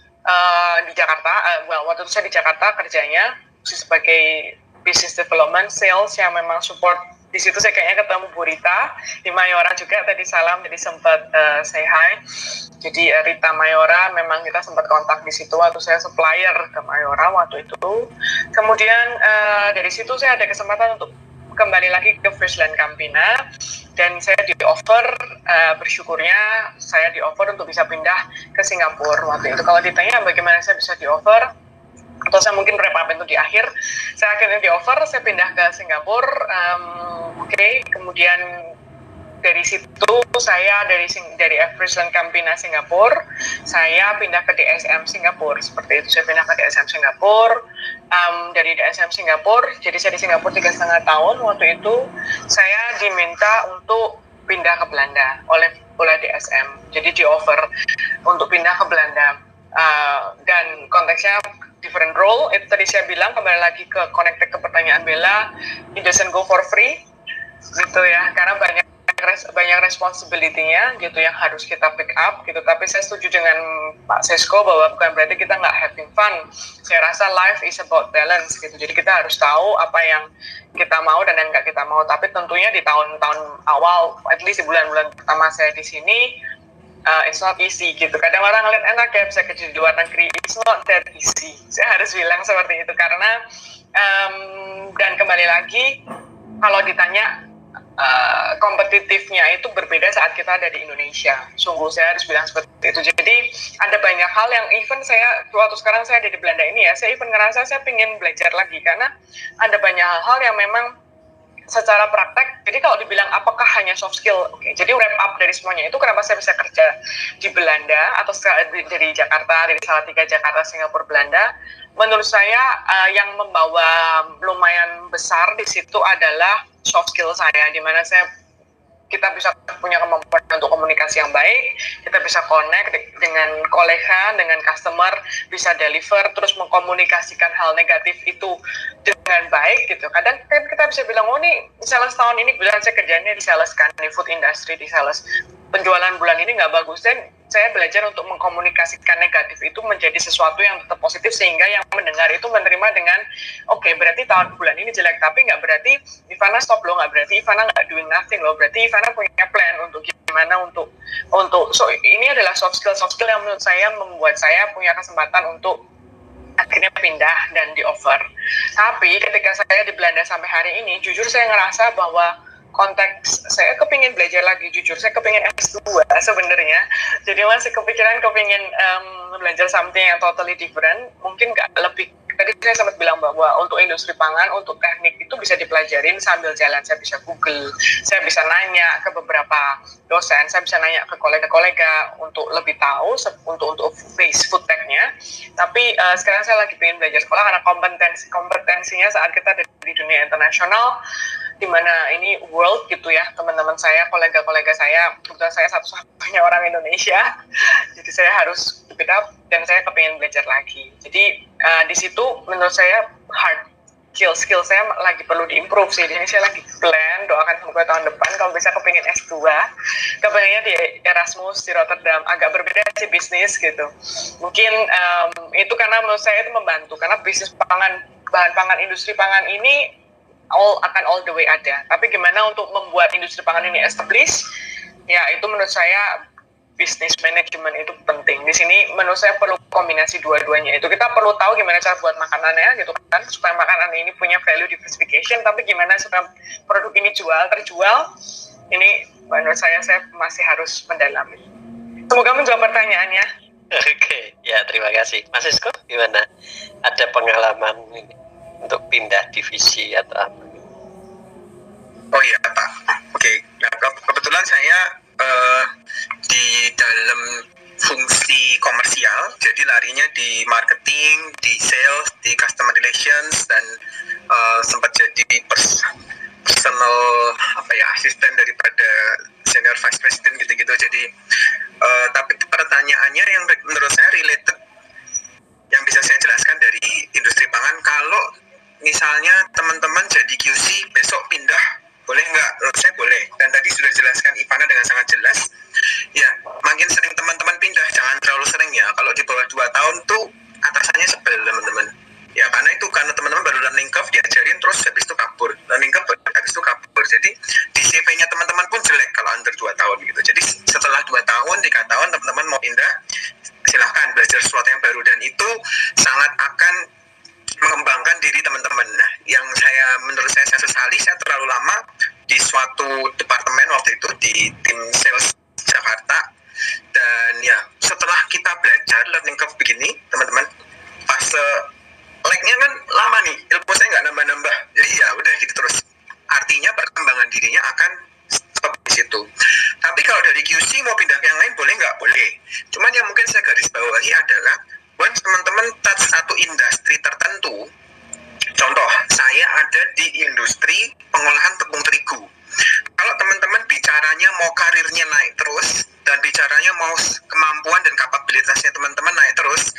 uh, di Jakarta. Uh, well, waktu itu saya di Jakarta kerjanya sebagai business development sales yang memang support. Di situ saya kayaknya ketemu Bu Rita di Mayora juga, tadi salam, jadi sempat uh, say hi. Jadi uh, Rita Mayora, memang kita sempat kontak di situ waktu saya supplier ke Mayora waktu itu. Kemudian uh, dari situ saya ada kesempatan untuk kembali lagi ke Friesland Campina, dan saya di offer, uh, bersyukurnya saya di offer untuk bisa pindah ke Singapura waktu itu. Kalau ditanya bagaimana saya bisa di offer, atau saya mungkin wrap up itu di akhir, saya akhirnya di offer, saya pindah ke Singapura. Um, Oke, okay. Kemudian dari situ saya dari dari Friesland Campina Singapura, saya pindah ke D S M Singapura. Seperti itu, saya pindah ke D S M Singapura. Um, dari D S M Singapura, jadi saya di Singapura tiga setengah tahun. Waktu itu saya diminta untuk pindah ke Belanda oleh oleh D S M. Jadi di offer untuk pindah ke Belanda, uh, dan konteksnya different role. Itu tadi saya bilang, kembali lagi ke connected ke pertanyaan Bella, it doesn't go for free gitu ya, karena banyak banyak responsibility-nya gitu yang harus kita pick up gitu. Tapi saya setuju dengan Pak Sesko bahwa bukan berarti kita nggak having fun. Saya rasa life is about balance gitu. Jadi kita harus tahu apa yang kita mau dan yang nggak kita mau. Tapi tentunya di tahun-tahun awal, at least di bulan-bulan pertama saya di sini, uh, it's not easy gitu. Kadang orang ngeliat enak ya bisa kerja di luar negeri, it's not that easy. Saya harus bilang seperti itu karena um, dan kembali lagi kalau ditanya Uh, kompetitifnya itu berbeda saat kita ada di Indonesia. Sungguh saya harus bilang seperti itu. Jadi ada banyak hal yang even saya waktu sekarang saya ada di Belanda ini ya, saya even ngerasa saya pengen belajar lagi karena ada banyak hal yang memang secara praktek. Jadi kalau dibilang apakah hanya soft skill, oke. Okay. Jadi wrap up dari semuanya itu kenapa saya bisa kerja di Belanda atau dari Jakarta, dari Salatiga, Jakarta, Singapura, Belanda. Menurut saya uh, yang membawa lumayan besar di situ adalah soft skill saya, di mana saya kita bisa punya kemampuan untuk komunikasi yang baik, kita bisa connect dengan kolega, dengan customer, bisa deliver, terus mengkomunikasikan hal negatif itu dengan baik gitu. Kadang kan kita bisa bilang, oh nih sales tahun ini, bilang saya kerjanya di sales kan, di food industry, di sales, penjualan bulan ini nggak bagus, dan saya belajar untuk mengkomunikasikan negatif itu menjadi sesuatu yang tetap positif sehingga yang mendengar itu menerima dengan oke, okay, berarti tahun bulan ini jelek, tapi nggak berarti Ivana stop loh, nggak berarti Ivana nggak doing nothing loh, berarti Ivana punya plan untuk gimana untuk untuk so ini adalah soft skill soft skill yang menurut saya membuat saya punya kesempatan untuk akhirnya pindah dan di offer. Tapi ketika saya di Belanda sampai hari ini, jujur saya ngerasa bahwa konteks saya kepingin belajar lagi, jujur saya kepingin S dua sebenarnya, jadi masih kepikiran kepingin um, belajar something yang totally different, mungkin nggak lebih. Tadi saya sempat bilang bahwa untuk industri pangan, untuk teknik itu bisa dipelajarin sambil jalan. Saya bisa Google, saya bisa nanya ke beberapa dosen, saya bisa nanya ke kolega-kolega untuk lebih tahu untuk untuk base food tech-nya. Tapi uh, sekarang saya lagi pengen belajar sekolah karena kompetensi kompetensinya saat kita ada di dunia internasional, di mana ini world gitu ya, teman-teman saya, kolega-kolega saya, kebetulan saya satu-satunya orang Indonesia, jadi saya harus keep it up dan saya kepingin belajar lagi. Jadi uh, di situ menurut saya hard skill skill saya lagi perlu diimprove sih. Di sini saya lagi plan, doakan semoga tahun depan kalau bisa kepingin S dua, kepinginnya di Erasmus di Rotterdam, agak berbeda sih bisnis gitu. Mungkin um, itu karena menurut saya itu membantu, karena bisnis pangan, bahan pangan, industri pangan ini all akan all the way ada. Tapi gimana untuk membuat industri pangan ini establish? Ya itu menurut saya business management itu penting. Di sini menurut saya perlu kombinasi dua-duanya. Itu kita perlu tahu gimana cara buat makanannya gitu kan, supaya makanan ini punya value diversification. Tapi gimana supaya produk ini jual terjual? Ini menurut saya saya masih harus mendalami. Semoga menjawab pertanyaannya. Oke, ya terima kasih. Mas Sisko, gimana? Ada pengalaman ini untuk pindah divisi atau apa? Oh iya Pak, oke. Nah kebetulan saya uh, di dalam fungsi komersial, jadi larinya di marketing, di sales, di customer relations, dan uh, sempat jadi pers personal apa ya asisten daripada senior vice president gitu-gitu. Jadi uh, tapi pertanyaannya yang menurut saya related, yang bisa saya jelaskan dari industri pangan, kalau misalnya teman-teman jadi Q C besok pindah, boleh nggak? Menurut saya boleh. Dan tadi sudah dijelaskan Ivana dengan sangat jelas. Ya, makin sering teman-teman pindah, jangan terlalu sering ya. Kalau di bawah dua tahun tuh atasannya sebel teman-teman. Ya, karena itu karena teman-teman baru learning curve, diajarin terus habis itu kabur. Learning curve habis itu kabur. Jadi di C V-nya teman-teman pun jelek kalau under dua tahun gitu. Jadi setelah dua tahun, tiga tahun teman-teman mau pindah, silahkan belajar sesuatu yang baru. Dan itu sangat akan mengembangkan diri teman-teman. Nah, yang saya menurut saya saya sesali, saya terlalu lama di suatu departemen waktu itu di tim sales Jakarta. Dan ya, setelah kita belajar learning curve begini, teman-teman, fase lag-nya kan lama nih, ilmu saya nggak nambah-nambah. Jadi ya udah gitu terus. Artinya perkembangan dirinya akan stop di situ. Tapi kalau dari Q C mau pindah ke yang lain boleh nggak? Boleh. Cuman yang mungkin saya garis bawahi adalah once teman-teman touch satu industri tertentu, contoh saya ada di industri pengolahan tepung terigu. Kalau teman-teman bicaranya mau karirnya naik terus dan bicaranya mau kemampuan dan kapabilitasnya teman-teman naik terus,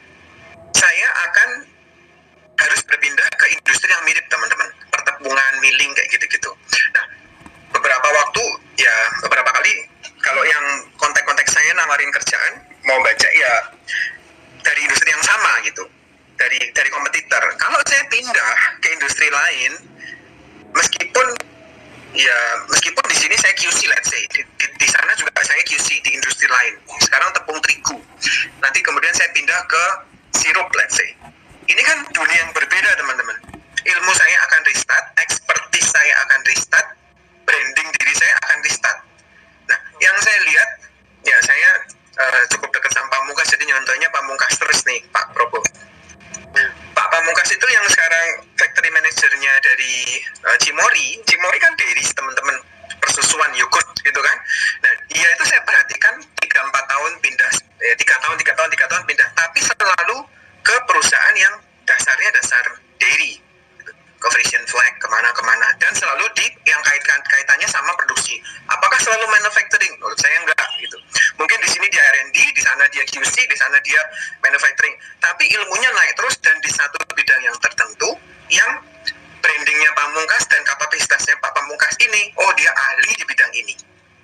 saya akan harus berpindah ke industri yang mirip teman-teman, pertepung,an, milling kayak gitu-gitu. Nah, beberapa waktu ya beberapa kali kalau yang kontak-kontak saya nawarin kerjaan mau baca ya dari industri yang sama gitu, dari dari kompetitor. Kalau saya pindah ke industri lain, meskipun ya meskipun di sini saya Q C let's say, di, di, di sana juga saya Q C di industri lain. Sekarang tepung terigu. Nanti kemudian saya pindah ke sirup let's say. Ini kan dunia yang berbeda teman-teman. Ilmu saya akan restart, expertise saya akan restart, branding diri saya akan restart. Nah, yang saya lihat ya saya Uh, cukup dekat sama Pamungkas, jadi nyontohnya Pamungkas terus nih Pak Probo. Pak Pamungkas itu yang sekarang factory manajernya dari uh, Cimori. Cimori kan dairy teman-teman, persusuan yogurt gitu kan. Nah dia itu saya perhatikan tiga empat tahun pindah, eh, tiga tahun tiga tahun tiga tahun pindah, tapi selalu ke perusahaan yang dasarnya dasar dairy, ke Frisian Flag, kemana-kemana, dan selalu di yang kaitkan kaitannya sama produksi. Apakah selalu manufacturing? Menurut saya enggak gitu. Mungkin di sini dia R and D, di sana dia Q C, di sana dia manufacturing. Tapi ilmunya naik terus dan di satu bidang yang tertentu, yang brandingnya Pamungkas dan kapasitasnya Pak Pamungkas ini, oh dia ahli di bidang ini.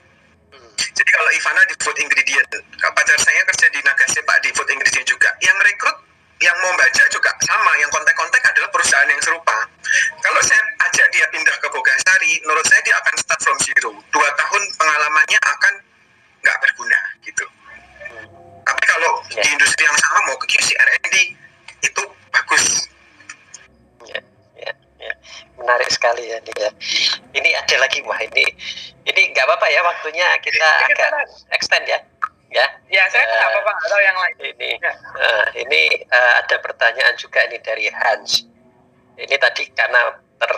Jadi kalau Ivana di food ingredient, pacar saya kerja di Nagase Pak di food ingredient juga. Yang rekrut, yang mau baca juga sama, yang kontak-kontak adalah perusahaan yang serupa. Kalau saya ajak dia pindah ke Bogasari, menurut saya dia akan start from zero. Dua tahun pengalamannya akan nggak berguna gitu. Tapi kalau ya. di industri yang sama mau ke Q C R and D itu bagus. Ya, ya, ya. menarik sekali ya ini ya. Ini ada lagi, wah ini ini nggak apa-apa ya waktunya kita agak extend ya. Ya, ya saya nggak uh, apa-apa atau yang lain. Ini ya. uh, ini uh, ada pertanyaan juga ini dari Hans. Ini tadi karena ter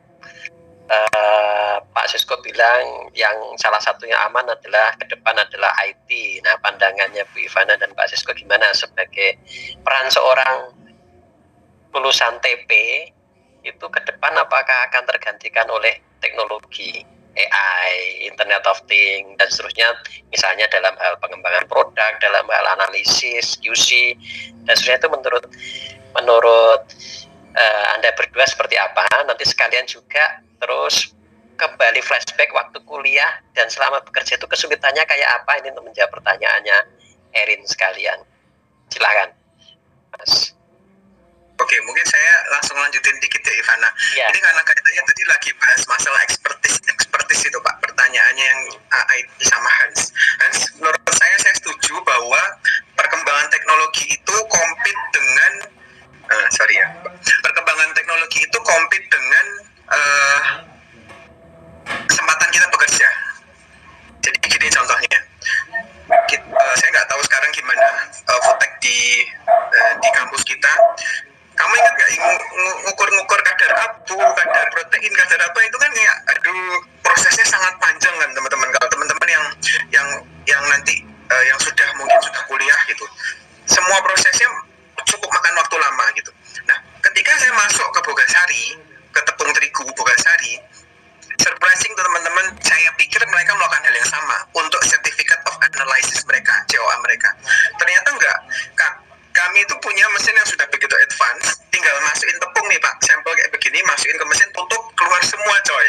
uh, Pak Sisko bilang yang salah satunya aman adalah ke depan adalah I T. Nah, pandangannya Bu Ivana dan Pak Sisko gimana sebagai peran seorang lulusan T P itu ke depan apakah akan tergantikan oleh teknologi A I, Internet of Things, dan seterusnya, misalnya dalam hal pengembangan produk, dalam hal analisis, Q C, dan seterusnya. Itu menurut menurut uh, Anda berdua seperti apa? Nanti sekalian juga terus kembali flashback waktu kuliah dan selama bekerja itu kesulitannya kayak apa? Ini untuk menjawab pertanyaannya Erin sekalian. Silakan, Mas. Oke, mungkin saya langsung lanjutin dikit ya Ivana. Ya. Ini karena kaitannya tadi lagi bahas masalah ekspertis, ekspertis itu Pak. Pertanyaannya yang I T sama Hans. Hans, menurut saya saya setuju bahwa perkembangan teknologi itu compete dengan, uh, sorry ya, perkembangan teknologi itu compete dengan uh, kesempatan kita bekerja. Jadi gini contohnya. Kita, uh, saya nggak tahu sekarang gimana uh, Foodtech di uh, di kampus kita. Kamu ingat nggak ngukur-ngukur kadar abu, kadar protein, kadar apa itu kan kayak, aduh, prosesnya sangat panjang kan teman-teman. Kalau teman-teman yang yang yang nanti uh, yang sudah mungkin sudah kuliah gitu, semua prosesnya cukup makan waktu lama gitu. Nah, ketika saya masuk ke Bogasari, ke tepung terigu Bogasari, surprising tuh teman-teman, saya pikir mereka melakukan hal yang sama untuk Certificate of Analysis mereka, C O A mereka. Ternyata enggak, Kak. Kami itu punya mesin yang sudah begitu advance, tinggal masukin tepung nih Pak, sampel kayak begini, masukin ke mesin, tutup, keluar semua coy.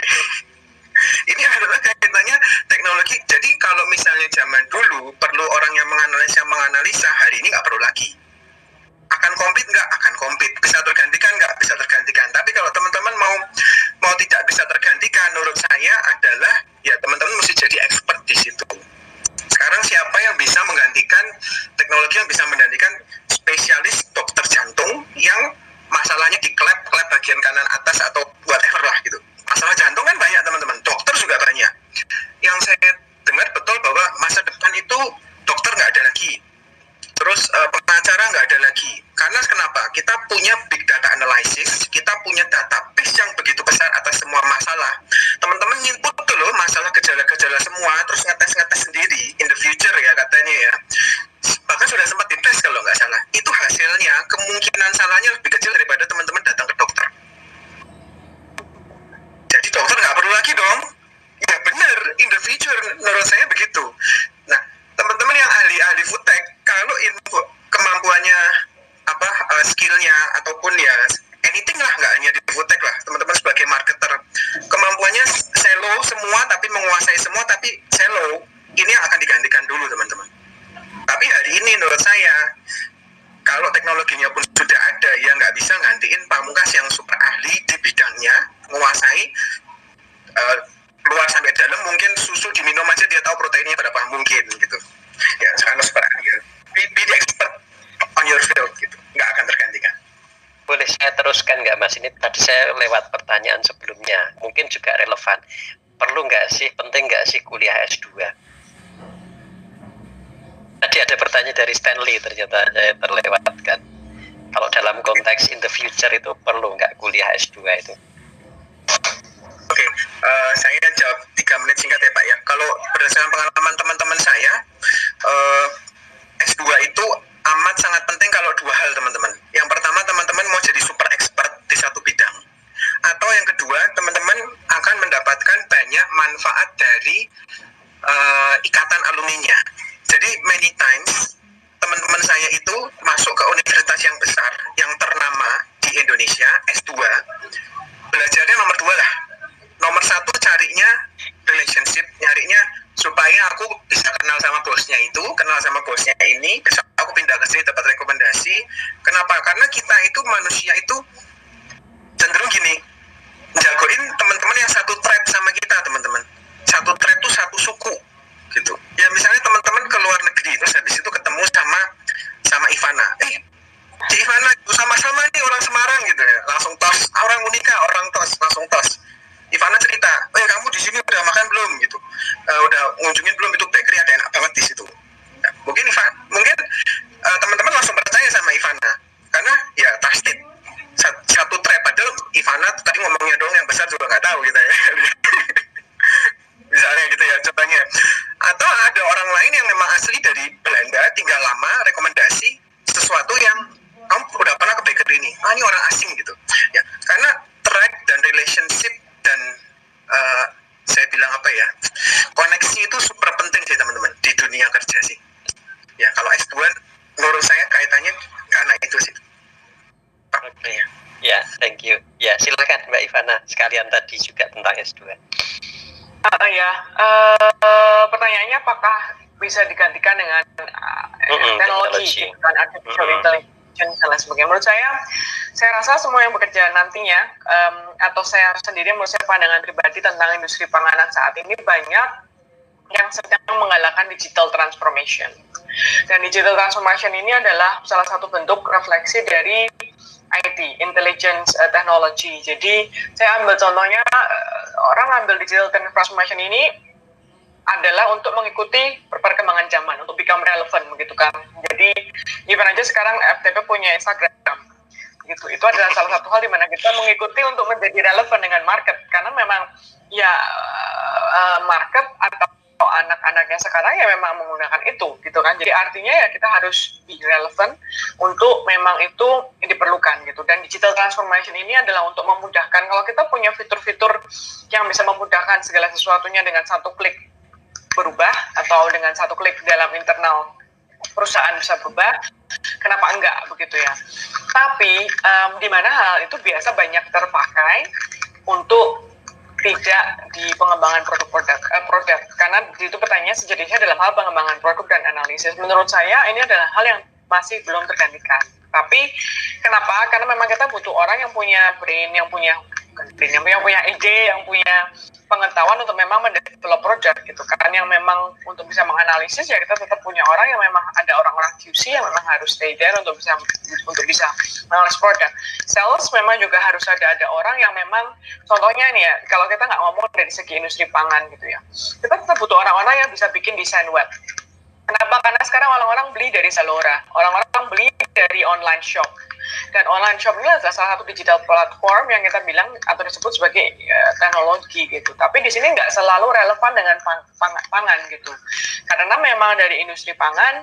Ini adalah kaitannya teknologi. Jadi kalau misalnya zaman dulu perlu orang yang menganalisa, menganalisa, hari ini nggak perlu lagi. Akan compete nggak? Akan compete. Bisa tergantikan nggak? Bisa tergantikan. Tapi kalau teman-teman mau mau tidak bisa tergantikan, menurut saya adalah ya teman-teman mesti jadi expert di situ. Sekarang siapa yang bisa menggantikan teknologi yang bisa menggantikan spesialis dokter jantung yang masalahnya di klep, klep bagian kanan atas atau whatever lah gitu. Masalah jantung kan banyak teman-teman, dokter juga banyak. Yang saya dengar betul bahwa masa depan itu dokter nggak ada lagi. Terus uh, pengacara nggak ada lagi. Karena kenapa? Kita punya big data analysis, kita punya database yang begitu besar atas semua masalah. Teman-teman input tuh loh masalah gejala-gejala semua, terus ngetes-ngetes sendiri in the future ya katanya ya. Bahkan sudah sempat dites kalau nggak salah. Itu hasilnya kemungkinan salahnya lebih kecil daripada teman-teman datang ke dokter. Jadi dokter nggak perlu lagi dong. Ya benar, in the future menurut saya begitu. Nah, teman-teman yang ahli-ahli foodtech, kalau info kemampuannya apa uh, skillnya ataupun ya anything lah, nggak hanya di foodtech lah, teman-teman sebagai marketer kemampuannya selo semua tapi menguasai semua tapi selo, ini yang akan digantikan dulu teman-teman. Tapi hari ini menurut saya kalau teknologinya pun sudah ada, ya nggak bisa gantiin pamungkas yang super ahli di bidangnya, menguasai uh, luar sampai dalam, mungkin susu diminum aja dia tahu proteinnya berapa mungkin gitu ya, karena super ahli ya. Be, be the expert on your field gitu, nggak akan tergantikan. Boleh saya teruskan nggak Mas? Ini tadi saya lewat pertanyaan sebelumnya, mungkin juga relevan. Perlu nggak sih, penting nggak sih kuliah S dua? Tadi ada pertanyaan dari Stanley, ternyata saya terlewatkan. Kalau dalam konteks in the future itu perlu nggak kuliah S dua itu? Oke, okay, uh, saya jawab tiga menit singkat ya Pak ya. Kalau berdasarkan pengalaman teman-teman saya, uh, S dua itu amat sangat penting kalau dua hal teman-teman. Yang pertama, teman-teman mau jadi super expert di satu bidang. Atau yang kedua, teman-teman akan mendapatkan banyak manfaat dari uh, ikatan alumninya. Jadi many times, teman-teman saya itu masuk ke universitas yang besar, yang ternama di Indonesia, S dua, belajarnya nomor dua lah. Nomor satu carinya relationship, nyarinya supaya aku bisa kenal sama bosnya itu, kenal sama bosnya ini, bisa aku pindah ke sini dapat rekomendasi. Kenapa? Karena kita itu manusia itu cenderung gini, jagoin teman-teman yang satu tribe sama kita teman-teman. Satu tribe itu satu suku gitu. Ya misalnya teman-teman ke luar negeri, terus habis itu ketemu sama sama Ivana. Eh, si Ivana itu sama-sama nih orang Semarang gitu ya. Langsung besar juga nggak tahu kita ya. Misalnya gitu ya contohnya. Atau ada orang lain yang memang asli dari Belanda, tinggal lama, rekomendasi sesuatu yang kamu udah pernah ke bakery ini, ah ini orang asing gitu ya, karena track dan relationship dan uh, saya bilang apa ya, koneksi itu super penting sih teman-teman di dunia kerja sih ya. Kalau S dua menurut saya kaitannya karena itu sih. Oke okay. Ya, thank you. Ya, silakan Mbak Ivana, sekalian tadi juga tentang S dua. Uh, ya, uh, pertanyaannya apakah bisa digantikan dengan uh, mm-hmm, teknologi, gitu kan, artificial mm-hmm. intelligence dan lain sebagainya. Menurut saya, saya rasa semua yang bekerja nantinya, um, atau saya sendiri, menurut saya pandangan pribadi tentang industri panganan saat ini banyak yang sedang menggalakkan digital transformation. Dan digital transformation ini adalah salah satu bentuk refleksi dari I T, intelligence uh, technology. Jadi saya ambil contohnya, uh, orang ambil digital transformation ini adalah untuk mengikuti perkembangan zaman, untuk become relevant, begitu kan. Jadi even aja sekarang F T P punya Instagram, gitu. Itu adalah salah satu hal di mana kita mengikuti untuk menjadi relevan dengan market, karena memang ya uh, market atau anak-anaknya sekarang ya memang menggunakan itu, gitu kan. Jadi artinya ya kita harus be relevant untuk memang itu diperlukan, gitu. Dan digital transformation ini adalah untuk memudahkan, kalau kita punya fitur-fitur yang bisa memudahkan segala sesuatunya dengan satu klik berubah, atau dengan satu klik dalam internal perusahaan bisa berubah, kenapa enggak, begitu ya. Tapi um, di mana hal itu biasa banyak terpakai untuk tidak di pengembangan produk-produk eh, produk, karena itu pertanyaannya sejatinya dalam hal pengembangan produk dan analisis. Menurut saya ini adalah hal yang masih belum tergantikan. Tapi kenapa? Karena memang kita butuh orang yang punya brain, yang punya brain, yang punya, punya ide, yang punya pengetahuan untuk memang mendevelop produk, gitu kan. Yang memang untuk bisa menganalisis ya kita tetap punya orang yang memang ada orang-orang Q C yang memang harus stay there untuk bisa untuk bisa menganalisis produk. Sales memang juga harus ada ada orang yang memang, contohnya nih ya, kalau kita nggak ngomong dari segi industri pangan gitu ya, kita tetap butuh orang-orang yang bisa bikin desain web. Kenapa? Karena sekarang orang-orang beli dari Zalora, orang-orang beli dari online shop. Dan online shop ini adalah salah satu digital platform yang kita bilang atau disebut sebagai uh, teknologi, gitu. Tapi di sini nggak selalu relevan dengan pang, pang, pangan, gitu. Karena memang dari industri pangan,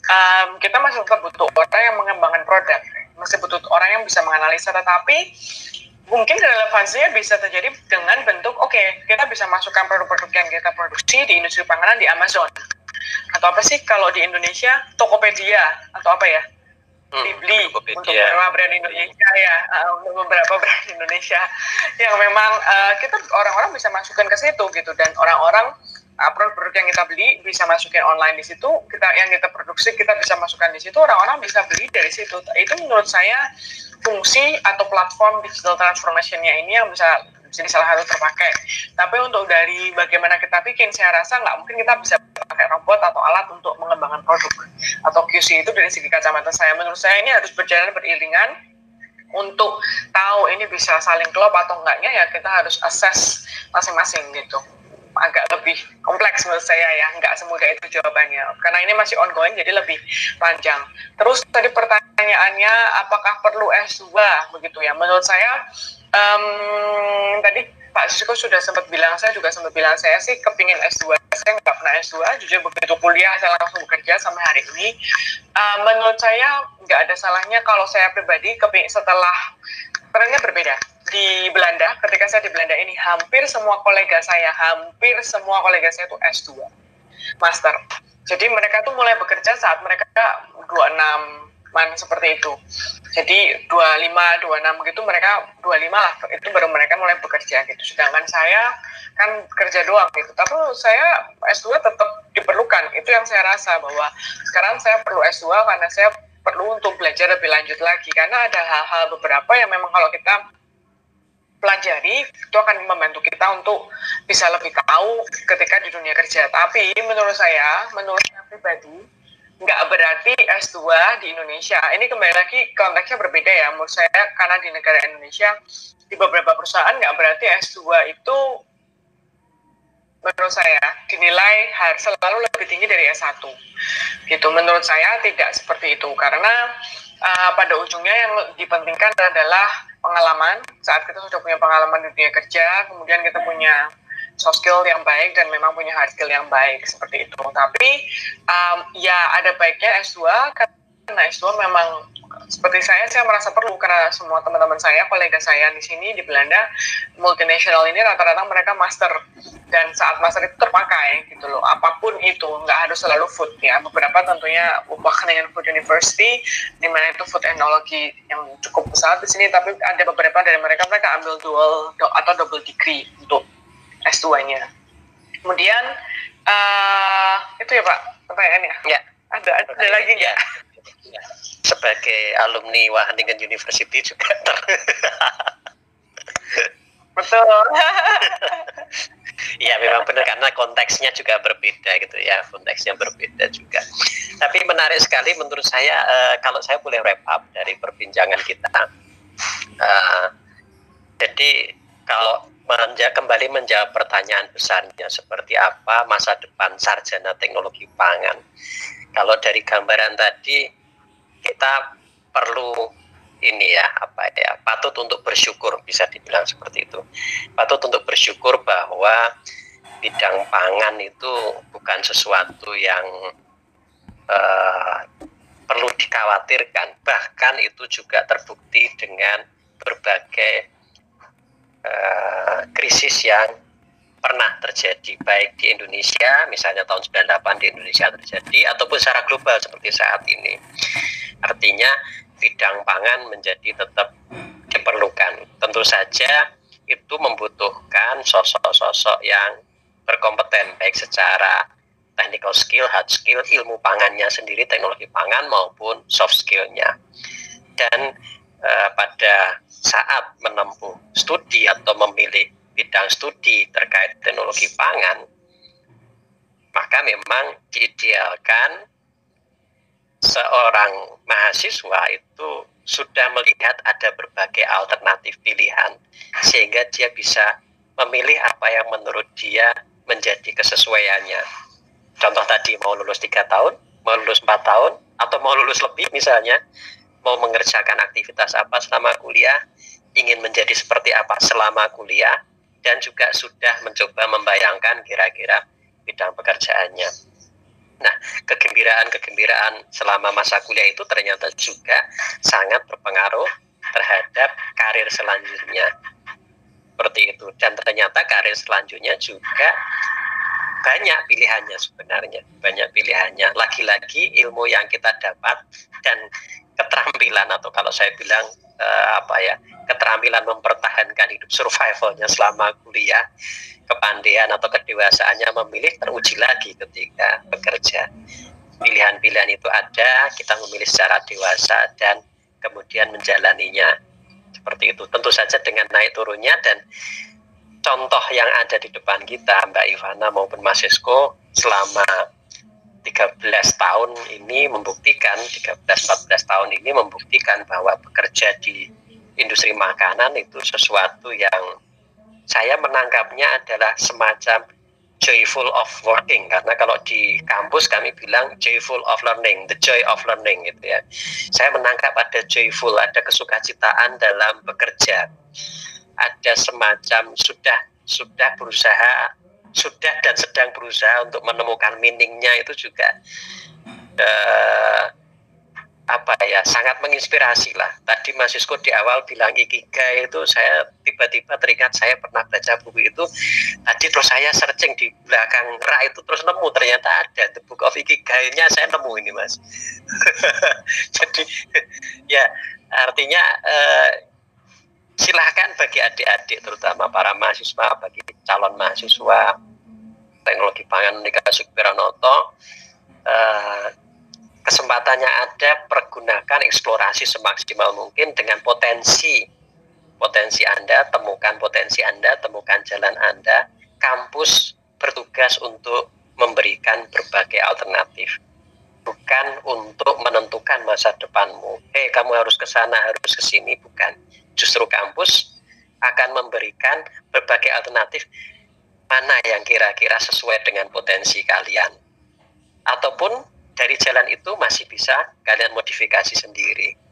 um, kita masih tetap butuh orang yang mengembangkan produk, masih butuh orang yang bisa menganalisa, tetapi mungkin relevansinya bisa terjadi dengan bentuk, oke, okay, kita bisa masukkan produk-produk yang kita produksi di industri panganan di Amazon. Atau apa sih kalau di Indonesia, Tokopedia, atau apa ya? Hmm, dibeli untuk beberapa brand Indonesia ya, uh, untuk beberapa brand Indonesia yang memang uh, kita orang-orang bisa masukkan ke situ, gitu. Dan orang-orang uh, produk-produk yang kita beli bisa masukin online di situ, kita yang kita produksi kita bisa masukkan di situ, orang-orang bisa beli dari situ. Itu menurut saya fungsi atau platform digital transformation-nya ini yang bisa jadi salah satu terpakai. Tapi untuk dari bagaimana kita bikin, saya rasa nggak mungkin kita bisa pakai robot atau alat untuk mengembangkan produk atau Q C. Itu dari segi kacamata saya. Menurut saya ini harus berjalan beriringan. Untuk tahu ini bisa saling klop atau enggaknya ya kita harus assess masing-masing, gitu. Agak lebih kompleks menurut saya ya, nggak semudah itu jawabannya. Karena ini masih ongoing, jadi lebih panjang. Terus tadi pertanyaannya, apakah perlu S dua, begitu ya? Menurut saya, um, tadi Pak Sisko sudah sempat bilang, saya juga sempat bilang, saya sih kepingin S dua. Saya nggak pernah S dua, jujur begitu kuliah, saya langsung bekerja sampai hari ini. Uh, menurut saya, nggak ada salahnya kalau saya pribadi kepingin setelah, trennya berbeda. Di Belanda, ketika saya di Belanda ini, hampir semua kolega saya, hampir semua kolega saya itu S dua, master. Jadi mereka tuh mulai bekerja saat mereka dua puluh enam man seperti itu. Jadi dua puluh lima, dua puluh enam gitu, mereka dua puluh lima lah, itu baru mereka mulai bekerja gitu. Sedangkan saya kan kerja doang gitu. Tapi saya S dua tetap diperlukan. Itu yang saya rasa bahwa sekarang saya perlu S dua karena saya perlu untuk belajar lebih lanjut lagi. Karena ada hal-hal beberapa yang memang kalau kita pelajari itu akan membantu kita untuk bisa lebih tahu ketika di dunia kerja. Tapi menurut saya, menurut saya pribadi, nggak berarti S dua di Indonesia. Ini kembali lagi konteksnya berbeda ya. Menurut saya karena di negara Indonesia, di beberapa perusahaan nggak berarti S dua itu menurut saya dinilai harus selalu lebih tinggi dari S satu. Gitu. Menurut saya tidak seperti itu. Karena uh, pada ujungnya yang dipentingkan adalah pengalaman, saat kita sudah punya pengalaman di dunia kerja, kemudian kita punya soft skill yang baik dan memang punya hard skill yang baik, seperti itu. Tapi um, ya ada baiknya S dua, karena S dua memang seperti saya, saya merasa perlu karena semua teman-teman saya, kolega saya di sini di Belanda, multinasional ini rata-rata mereka master, dan saat master itu terpakai gitu loh, apapun itu, nggak harus selalu food ya, beberapa tentunya bahkan dengan food university, di mana itu food technology yang cukup besar di sini, tapi ada beberapa dari mereka mereka ambil dual do, atau double degree untuk S dua-nya. Kemudian uh, itu ya Pak pertanyaannya. Ya. Ada ada, ada lagi nggak? Ya. Sebagai alumni Wageningen University juga ter Betul. Ya memang benar, karena konteksnya juga berbeda gitu ya, konteksnya berbeda juga. Tapi menarik sekali menurut saya, uh, kalau saya boleh wrap up dari perbincangan kita. Uh, jadi kalau menja kembali menjawab pertanyaan besarnya, seperti apa masa depan sarjana teknologi pangan. Kalau dari gambaran tadi, kita perlu ini ya, apa ya, patut untuk bersyukur, bisa dibilang seperti itu. Patut untuk bersyukur bahwa bidang pangan itu bukan sesuatu yang uh, perlu dikhawatirkan. Bahkan itu juga terbukti dengan berbagai uh, krisis yang pernah terjadi, baik di Indonesia, misalnya tahun sembilan puluh delapan di Indonesia terjadi, ataupun secara global seperti saat ini. Artinya bidang pangan menjadi tetap diperlukan. Tentu saja itu membutuhkan sosok-sosok yang berkompeten, baik secara technical skill, hard skill, ilmu pangannya sendiri, teknologi pangan, maupun soft skill-nya. Dan eh, pada saat menempuh studi atau memilih bidang studi terkait teknologi pangan, maka memang diidealkan seorang mahasiswa itu sudah melihat ada berbagai alternatif pilihan, sehingga dia bisa memilih apa yang menurut dia menjadi kesesuaiannya. Contoh tadi, mau lulus tiga tahun, mau lulus empat tahun, atau mau lulus lebih misalnya, mau mengerjakan aktivitas apa selama kuliah, ingin menjadi seperti apa selama kuliah, dan juga sudah mencoba membayangkan kira-kira bidang pekerjaannya. Nah, kegembiraan-kegembiraan selama masa kuliah itu ternyata juga sangat berpengaruh terhadap karir selanjutnya. Seperti itu. Dan ternyata karir selanjutnya juga banyak pilihannya sebenarnya. Banyak pilihannya. Lagi-lagi ilmu yang kita dapat dan keterampilan, atau kalau saya bilang eh, apa ya, keterampilan mempertahankan hidup, survivalnya selama kuliah, kepandaian atau kedewasaannya memilih teruji lagi ketika bekerja. Pilihan-pilihan itu ada, kita memilih secara dewasa dan kemudian menjalaninya. Seperti itu. Tentu saja dengan naik turunnya, dan contoh yang ada di depan kita, Mbak Ivana maupun Mas Sisko, selama tiga belas tahun ini membuktikan, tiga belas empat belas tahun ini membuktikan bahwa bekerja di industri makanan itu sesuatu yang saya menangkapnya adalah semacam joyful of working, karena kalau di kampus kami bilang joyful of learning, the joy of learning gitu ya. Saya menangkap ada joyful, ada kesukacitaan dalam bekerja, ada semacam sudah sudah berusaha, sudah dan sedang berusaha untuk menemukan meaningnya, itu juga uh, apa ya, sangat menginspirasi lah. Tadi Mas Sisko di awal bilang ikigai, itu saya tiba-tiba teringat saya pernah baca buku itu tadi, terus saya searching di belakang rak itu, terus nemu ternyata ada The Book of Ikigai-nya, saya nemu ini Mas. Jadi ya artinya eh, silahkan bagi adik-adik, terutama para mahasiswa, bagi calon mahasiswa teknologi pangan Universitas Sugiewarnoto, eh, kesempatannya ada, pergunakan, eksplorasi semaksimal mungkin dengan potensi potensi Anda, temukan potensi Anda, temukan jalan Anda. Kampus bertugas untuk memberikan berbagai alternatif, bukan untuk menentukan masa depanmu. Hei, kamu harus ke sana, harus ke sini, bukan. Justru kampus akan memberikan berbagai alternatif, mana yang kira-kira sesuai dengan potensi kalian. Ataupun dari jalan itu masih bisa kalian modifikasi sendiri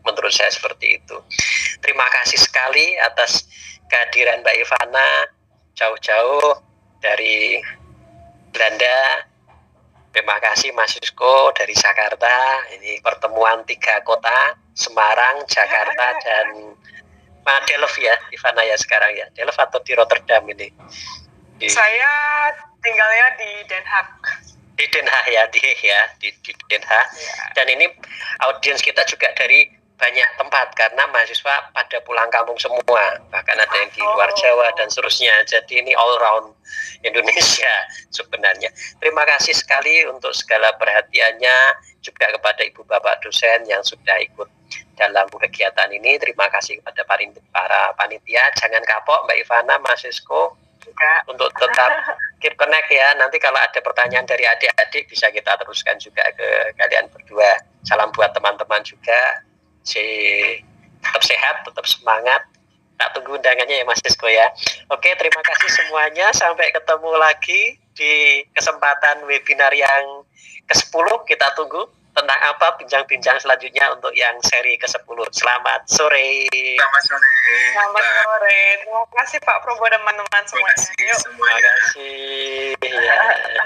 menurut saya seperti itu. Terima kasih sekali atas kehadiran Mbak Ivana jauh-jauh dari Belanda. Terima kasih Mas Sisko dari Jakarta. Ini pertemuan tiga kota, Semarang, Jakarta, dan nah, Delft ya, Ivana ya sekarang ya. Delft atau di Rotterdam ini? Di, Saya tinggalnya di Den Haag. Di Den Haag ya, di ya, di, di Den Haag. Ya. Dan ini audiens kita juga dari banyak tempat karena mahasiswa pada pulang kampung semua, bahkan ada yang di luar Jawa dan seterusnya. Jadi ini all round Indonesia sebenarnya. Terima kasih sekali untuk segala perhatiannya, juga kepada ibu bapak dosen yang sudah ikut dalam kegiatan ini. Terima kasih kepada para panitia. Jangan kapok Mbak Ivana, Mas Sisko, juga untuk tetap keep connect ya. Nanti kalau ada pertanyaan dari adik-adik bisa kita teruskan juga ke kalian berdua. Salam buat teman-teman juga. Si tetap sehat, tetap semangat. Tak tunggu undangannya ya Mas Sisko ya. Oke, terima kasih semuanya. Sampai ketemu lagi di kesempatan webinar yang ke sepuluh. Kita tunggu tentang apa bincang-bincang selanjutnya untuk yang seri ke sepuluh. Selamat sore. Selamat sore. Selamat sore. Terima kasih Pak Probo dan teman-teman semuanya. Terima kasih semuanya. Terima kasih. Ya.